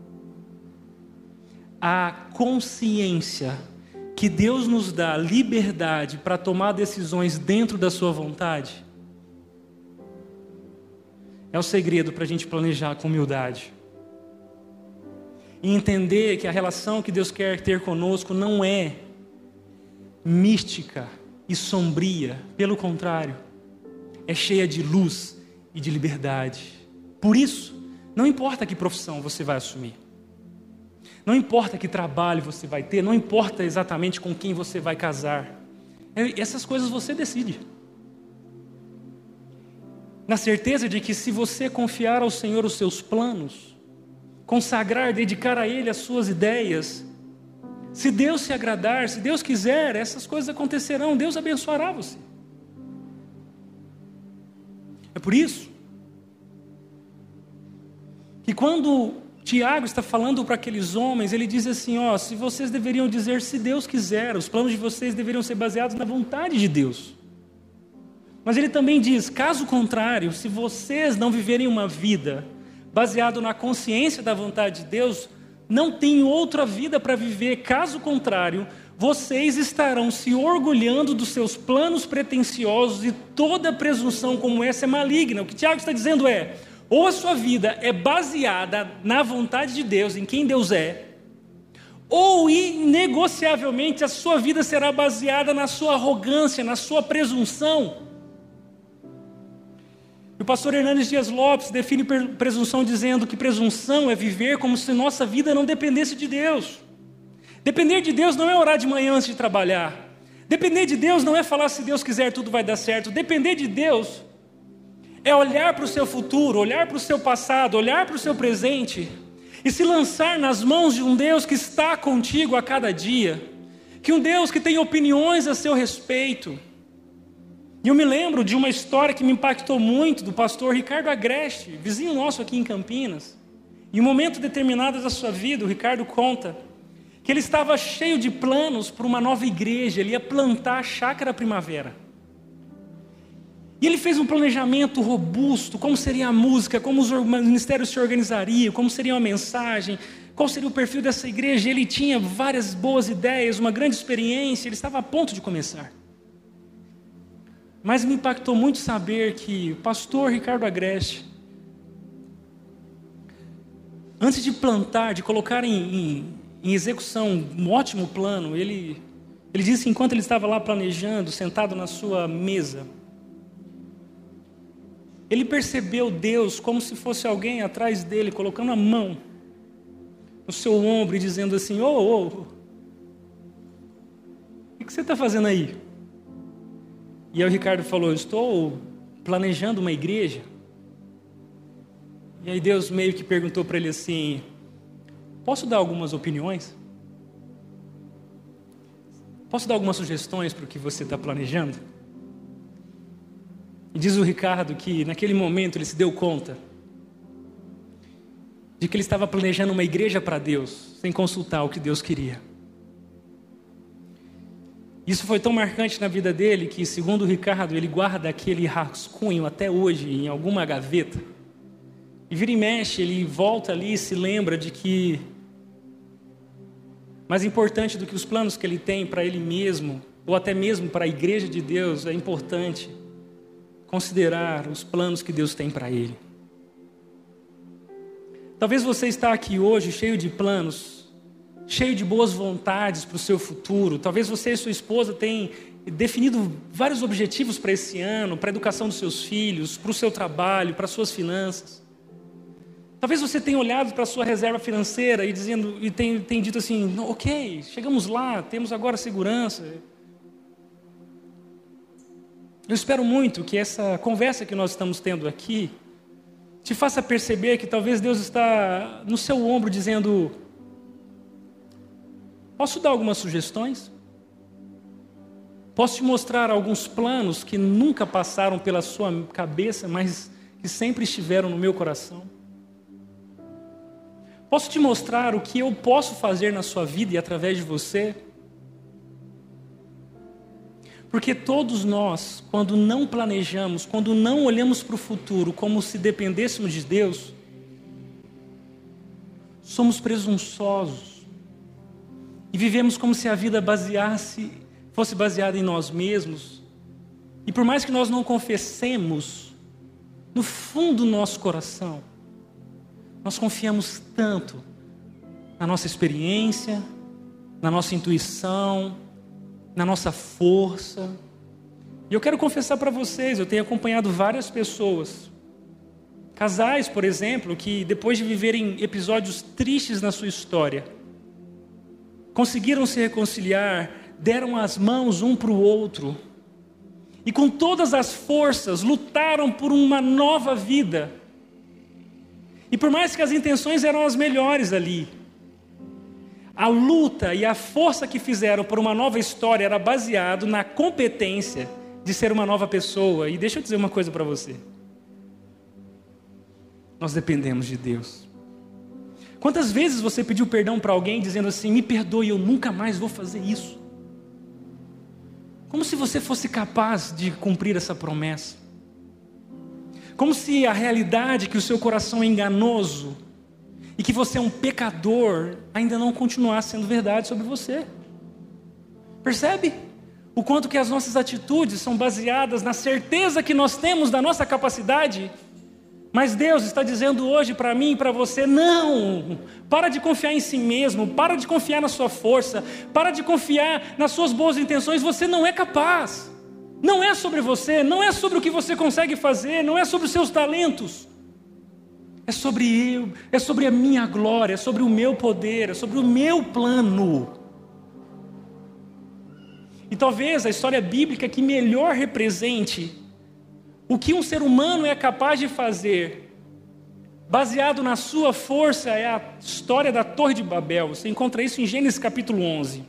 A consciência que Deus nos dá liberdade para tomar decisões dentro da sua vontade é o segredo para a gente planejar com humildade. E entender que a relação que Deus quer ter conosco não é mística e sombria. Pelo contrário, é cheia de luz e de liberdade. Por isso, não importa que profissão você vai assumir. Não importa que trabalho você vai ter. Não importa exatamente com quem você vai casar. Essas coisas você decide. Na certeza de que se você confiar ao Senhor os seus planos, consagrar, dedicar a Ele as suas ideias, se Deus se agradar, se Deus quiser, essas coisas acontecerão, Deus abençoará você. É por isso que quando Tiago está falando para aqueles homens, ele diz assim, se vocês deveriam dizer se Deus quiser, os planos de vocês deveriam ser baseados na vontade de Deus. Mas ele também diz, caso contrário, se vocês não viverem uma vida baseada na consciência da vontade de Deus, não tem outra vida para viver. Caso contrário, vocês estarão se orgulhando dos seus planos pretensiosos e toda presunção como essa é maligna. O que Tiago está dizendo é, ou a sua vida é baseada na vontade de Deus, em quem Deus é, ou inegociavelmente a sua vida será baseada na sua arrogância, na sua presunção. O pastor Hernandes Dias Lopes define presunção dizendo que presunção é viver como se nossa vida não dependesse de Deus. Depender de Deus não é orar de manhã antes de trabalhar. Depender de Deus não é falar se Deus quiser tudo vai dar certo. Depender de Deus é olhar para o seu futuro, olhar para o seu passado, olhar para o seu presente e se lançar nas mãos de um Deus que está contigo a cada dia, que um Deus que tem opiniões a seu respeito. E eu me lembro de uma história que me impactou muito do pastor Ricardo Agreste, vizinho nosso aqui em Campinas. Em um momento determinado da sua vida, o Ricardo conta que ele estava cheio de planos para uma nova igreja, ele ia plantar a Chácara Primavera. E ele fez um planejamento robusto, como seria a música, como os ministérios se organizariam, como seria a mensagem, qual seria o perfil dessa igreja. Ele tinha várias boas ideias, uma grande experiência, ele estava a ponto de começar. Mas me impactou muito saber que o pastor Ricardo Agreste, antes de plantar, de colocar em execução um ótimo plano, ele disse que enquanto ele estava lá planejando, sentado na sua mesa, ele percebeu Deus como se fosse alguém atrás dele, colocando a mão no seu ombro e dizendo assim, o que você está fazendo aí? E aí o Ricardo falou, eu estou planejando uma igreja. E aí Deus meio que perguntou para ele assim, posso dar algumas opiniões? Posso dar algumas sugestões para o que você está planejando? E diz o Ricardo que naquele momento ele se deu conta de que ele estava planejando uma igreja para Deus, sem consultar o que Deus queria. Isso foi tão marcante na vida dele que, segundo o Ricardo, ele guarda aquele rascunho até hoje em alguma gaveta. E vira e mexe, ele volta ali e se lembra de que mais importante do que os planos que ele tem para ele mesmo, ou até mesmo para a igreja de Deus, é importante considerar os planos que Deus tem para ele. Talvez você está aqui hoje cheio de planos, cheio de boas vontades para o seu futuro. Talvez você e sua esposa tenham definido vários objetivos para esse ano, para a educação dos seus filhos, para o seu trabalho, para as suas finanças. Talvez você tenha olhado para a sua reserva financeira e tenha dito assim, ok, chegamos lá, temos agora segurança. Eu espero muito que essa conversa que nós estamos tendo aqui te faça perceber que talvez Deus está no seu ombro dizendo, Posso dar algumas sugestões? Posso te mostrar alguns planos que nunca passaram pela sua cabeça, mas que sempre estiveram no meu coração? Posso te mostrar o que eu posso fazer na sua vida e através de você? Porque todos nós, quando não planejamos, quando não olhamos para o futuro como se dependêssemos de Deus, somos presunçosos e vivemos como se a vida fosse baseada em nós mesmos. E por mais que nós não confessemos, no fundo do nosso coração, nós confiamos tanto na nossa experiência, na nossa intuição, na nossa força. E eu quero confessar para vocês, eu tenho acompanhado várias pessoas, casais, por exemplo, que depois de viverem episódios tristes na sua história, conseguiram se reconciliar, deram as mãos um para o outro, e com todas as forças lutaram por uma nova vida. E por mais que as intenções eram as melhores ali, a luta e a força que fizeram por uma nova história era baseado na competência de ser uma nova pessoa. E deixa eu dizer uma coisa para você. Nós dependemos de Deus. Quantas vezes você pediu perdão para alguém dizendo assim: me perdoe, eu nunca mais vou fazer isso? Como se você fosse capaz de cumprir essa promessa. Como se a realidade que o seu coração é enganoso e que você é um pecador ainda não continuasse sendo verdade sobre você. Percebe? O quanto que as nossas atitudes são baseadas na certeza que nós temos da nossa capacidade. Mas Deus está dizendo hoje para mim e para você: não, para de confiar em si mesmo, para de confiar na sua força, para de confiar nas suas boas intenções, você não é capaz. Não é sobre você, não é sobre o que você consegue fazer, não é sobre os seus talentos. É sobre a minha glória, é sobre o meu poder, é sobre o meu plano. E talvez a história bíblica que melhor represente o que um ser humano é capaz de fazer, baseado na sua força, é a história da Torre de Babel. Você encontra isso em Gênesis capítulo 11.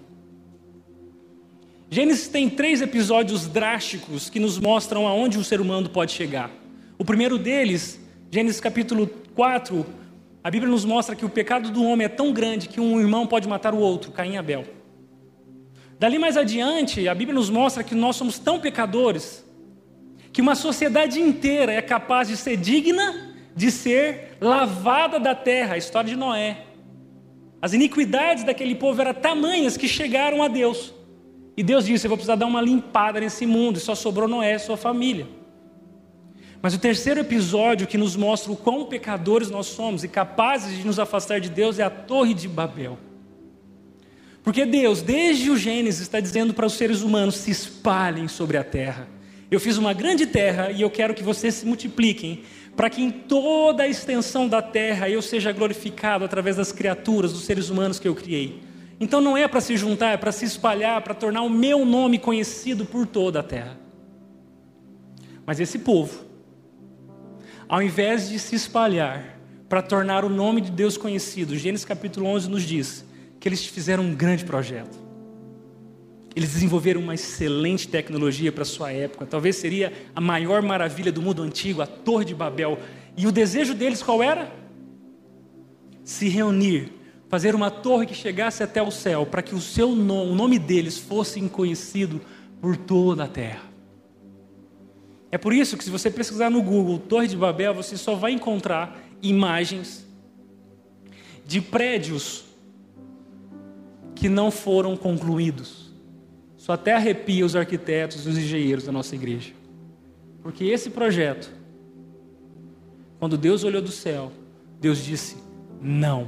Gênesis tem 3 episódios drásticos que nos mostram aonde o ser humano pode chegar. O primeiro deles, Gênesis capítulo 4, a Bíblia nos mostra que o pecado do homem é tão grande que um irmão pode matar o outro, Caim e Abel. Dali mais adiante, a Bíblia nos mostra que nós somos tão pecadores que uma sociedade inteira é capaz de ser digna de ser lavada da terra. A história de Noé. As iniquidades daquele povo eram tamanhas que chegaram a Deus. E Deus disse: eu vou precisar dar uma limpada nesse mundo. E só sobrou Noé e sua família. Mas o terceiro episódio que nos mostra o quão pecadores nós somos e capazes de nos afastar de Deus é a Torre de Babel. Porque Deus, desde o Gênesis, está dizendo para os seres humanos: se espalhem sobre a terra. Eu fiz uma grande terra e eu quero que vocês se multipliquem, para que em toda a extensão da terra eu seja glorificado através das criaturas, dos seres humanos que eu criei. Então não é para se juntar, é para se espalhar, para tornar o meu nome conhecido por toda a terra. Mas esse povo, ao invés de se espalhar para tornar o nome de Deus conhecido, Gênesis capítulo 11 nos diz que eles fizeram um grande projeto. Eles desenvolveram uma excelente tecnologia para a sua época. Talvez seria a maior maravilha do mundo antigo, a Torre de Babel. E o desejo deles qual era? Se reunir, fazer uma torre que chegasse até o céu, para que o nome deles fosse conhecido por toda a terra. É por isso que se você pesquisar no Google Torre de Babel, você só vai encontrar imagens de prédios que não foram concluídos. Só até arrepia os arquitetos e os engenheiros da nossa igreja. Porque esse projeto, quando Deus olhou do céu, Deus disse: não.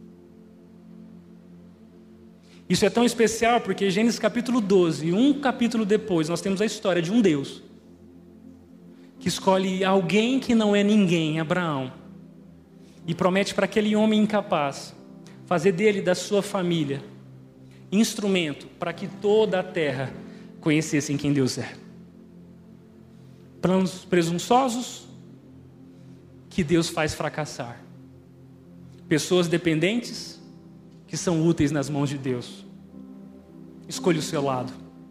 Isso é tão especial porque Gênesis capítulo 12, um capítulo depois, nós temos a história de um Deus que escolhe alguém que não é ninguém, Abraão, e promete para aquele homem incapaz fazer dele, da sua família, instrumento para que toda a terra conhecesse quem Deus é. Planos presunçosos que Deus faz fracassar. Pessoas dependentes que são úteis nas mãos de Deus. escolha o seu lado.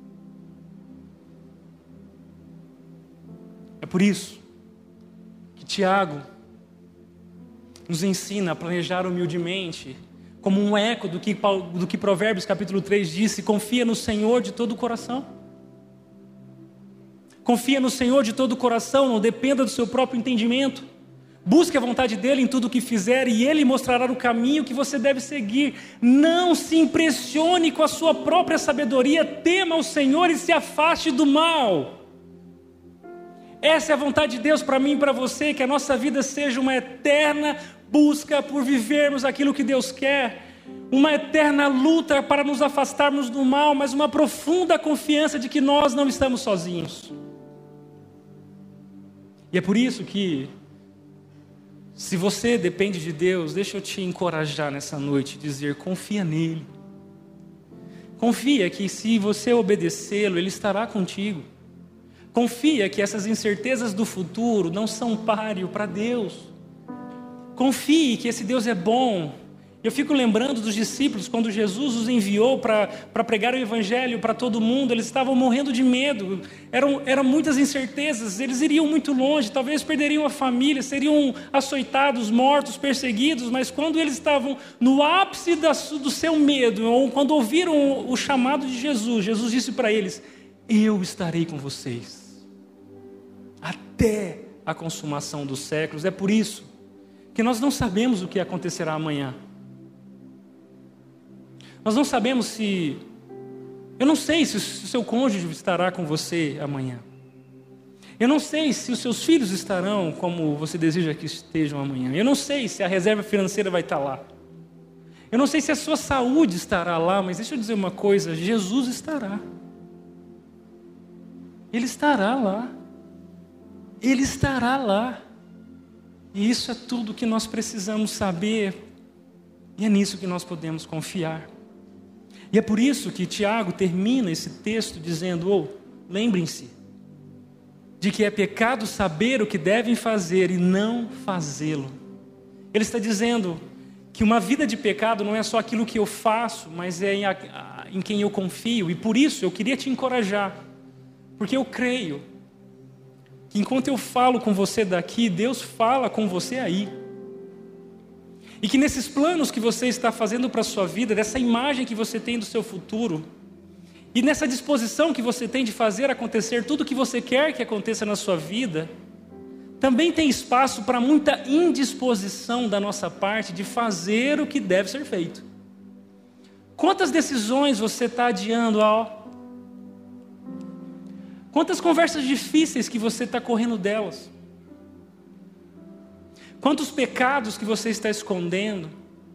É por isso que Tiago nos ensina a planejar humildemente, como um eco do que Provérbios capítulo 3 disse: confia no Senhor de todo o coração. Confia no Senhor de todo o coração, não dependa do seu próprio entendimento. Busque a vontade dEle em tudo o que fizer e Ele mostrará o caminho que você deve seguir. Não se impressione com a sua própria sabedoria, tema o Senhor e se afaste do mal. Essa é a vontade de Deus para mim e para você, que a nossa vida seja uma eterna busca por vivermos aquilo que Deus quer. Uma eterna luta para nos afastarmos do mal, mas uma profunda confiança de que nós não estamos sozinhos. E é por isso que, se você depende de Deus, deixa eu te encorajar nessa noite, dizer: confia nele. Confia que se você obedecê-lo, Ele estará contigo. Confia que essas incertezas do futuro não são páreo para Deus. Confie que esse Deus é bom. Eu fico lembrando dos discípulos, quando Jesus os enviou para pregar o Evangelho para todo mundo, eles estavam morrendo de medo, eram muitas incertezas, eles iriam muito longe, talvez perderiam a família, seriam açoitados, mortos, perseguidos, mas quando eles estavam no ápice do seu medo, ou quando ouviram o chamado de Jesus, Jesus disse para eles: eu estarei com vocês, até a consumação dos séculos. É por isso que nós não sabemos o que acontecerá amanhã. Nós não sabemos eu não sei se o seu cônjuge estará com você amanhã. Eu não sei se os seus filhos estarão como você deseja que estejam amanhã. Eu não sei se a reserva financeira vai estar lá. Eu não sei se a sua saúde estará lá, mas deixa eu dizer uma coisa: Jesus estará. Ele estará lá. Ele estará lá. E isso é tudo que nós precisamos saber. E é nisso que nós podemos confiar. E é por isso que Tiago termina esse texto dizendo: lembrem-se de que é pecado saber o que devem fazer e não fazê-lo. Ele está dizendo que uma vida de pecado não é só aquilo que eu faço, mas é em quem eu confio. E por isso eu queria te encorajar, porque eu creio que enquanto eu falo com você daqui, Deus fala com você aí. E que nesses planos que você está fazendo para a sua vida, dessa imagem que você tem do seu futuro, e nessa disposição que você tem de fazer acontecer tudo o que você quer que aconteça na sua vida, também tem espaço para muita indisposição da nossa parte de fazer o que deve ser feito. Quantas decisões você está adiando? Quantas conversas difíceis que você está correndo delas? Quantos pecados que você está escondendo?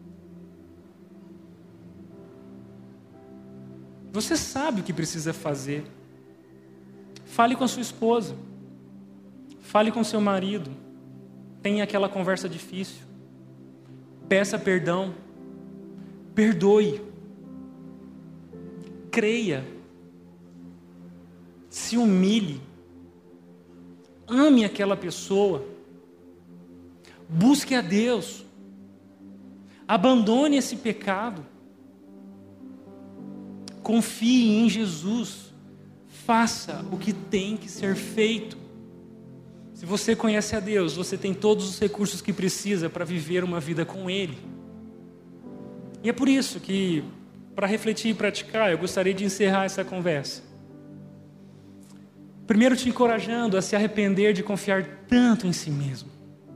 Você sabe o que precisa fazer. Fale com a sua esposa. Fale com seu marido. Tenha aquela conversa difícil. Peça perdão. Perdoe. Creia. Se humilhe. Ame aquela pessoa. Busque a Deus. Abandone esse pecado. Confie em Jesus. Faça o que tem que ser feito. Se você conhece a Deus, você tem todos os recursos que precisa para viver uma vida com Ele. E é por isso que, para refletir e praticar, eu gostaria de encerrar essa conversa. Primeiro te encorajando a se arrepender de confiar tanto em si mesmo.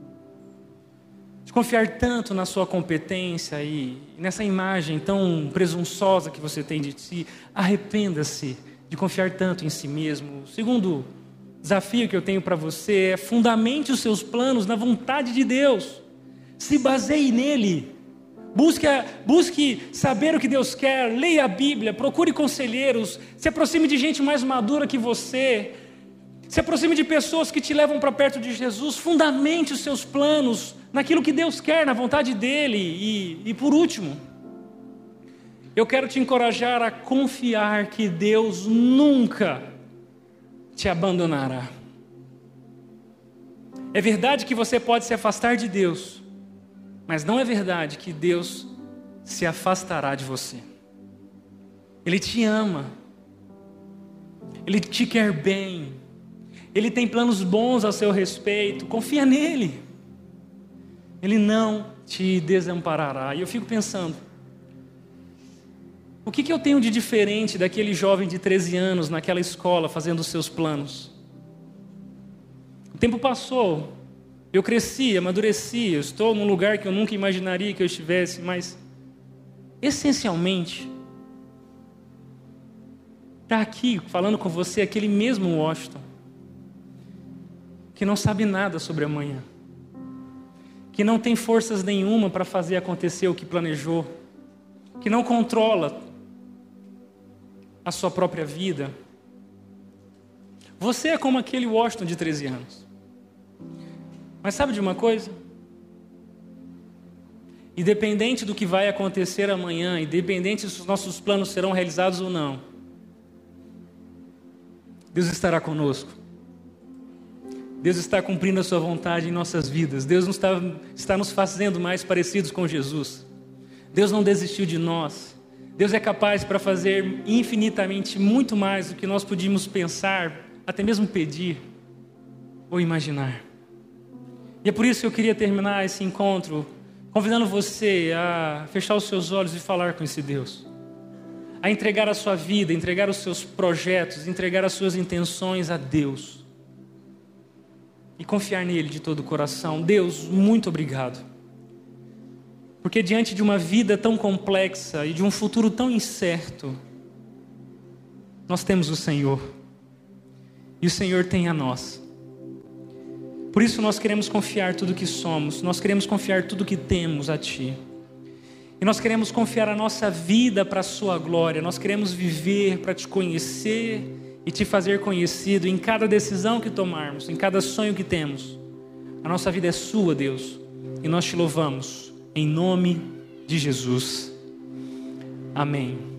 Confiar tanto na sua competência e nessa imagem tão presunçosa que você tem de si. Arrependa-se de confiar tanto em si mesmo. O segundo desafio que eu tenho para você é: fundamente os seus planos na vontade de Deus. Se baseie nele. Busque saber o que Deus quer. Leia a Bíblia, procure conselheiros. Se aproxime de gente mais madura que você. Se aproxime de pessoas que te levam para perto de Jesus. Fundamente os seus planos naquilo que Deus quer, na vontade dEle. E por último, eu quero te encorajar a confiar que Deus nunca te abandonará. É verdade que você pode se afastar de Deus, mas não é verdade que Deus se afastará de você. Ele te ama. Ele te quer bem. Ele tem planos bons a seu respeito. Confia nele. Ele não te desamparará. E eu fico pensando, o que eu tenho de diferente daquele jovem de 13 anos naquela escola fazendo os seus planos? O tempo passou, eu cresci, amadureci, eu estou num lugar que eu nunca imaginaria que eu estivesse, mas essencialmente, está aqui falando com você aquele mesmo Washington, que não sabe nada sobre amanhã, que não tem forças nenhuma para fazer acontecer o que planejou, que não controla a sua própria vida. Você é como aquele Washington de 13 anos. Mas sabe de uma coisa? Independente do que vai acontecer amanhã, independente se os nossos planos serão realizados ou não, Deus estará conosco. Deus está cumprindo a sua vontade em nossas vidas. Deus está nos fazendo mais parecidos com Jesus. Deus não desistiu de nós. Deus é capaz para fazer infinitamente muito mais do que nós podíamos pensar, até mesmo pedir ou imaginar. E é por isso que eu queria terminar esse encontro convidando você a fechar os seus olhos e falar com esse Deus. A entregar a sua vida, entregar os seus projetos, entregar as suas intenções a Deus. E confiar nele de todo o coração. Deus, muito obrigado. Porque diante de uma vida tão complexa e de um futuro tão incerto, nós temos o Senhor. E o Senhor tem a nós. Por isso nós queremos confiar tudo que somos. Nós queremos confiar tudo que temos a Ti. E nós queremos confiar a nossa vida para a Sua glória. Nós queremos viver para Te conhecer e Te fazer conhecido em cada decisão que tomarmos, em cada sonho que temos. A nossa vida é Sua, Deus. E nós Te louvamos. Em nome de Jesus. Amém.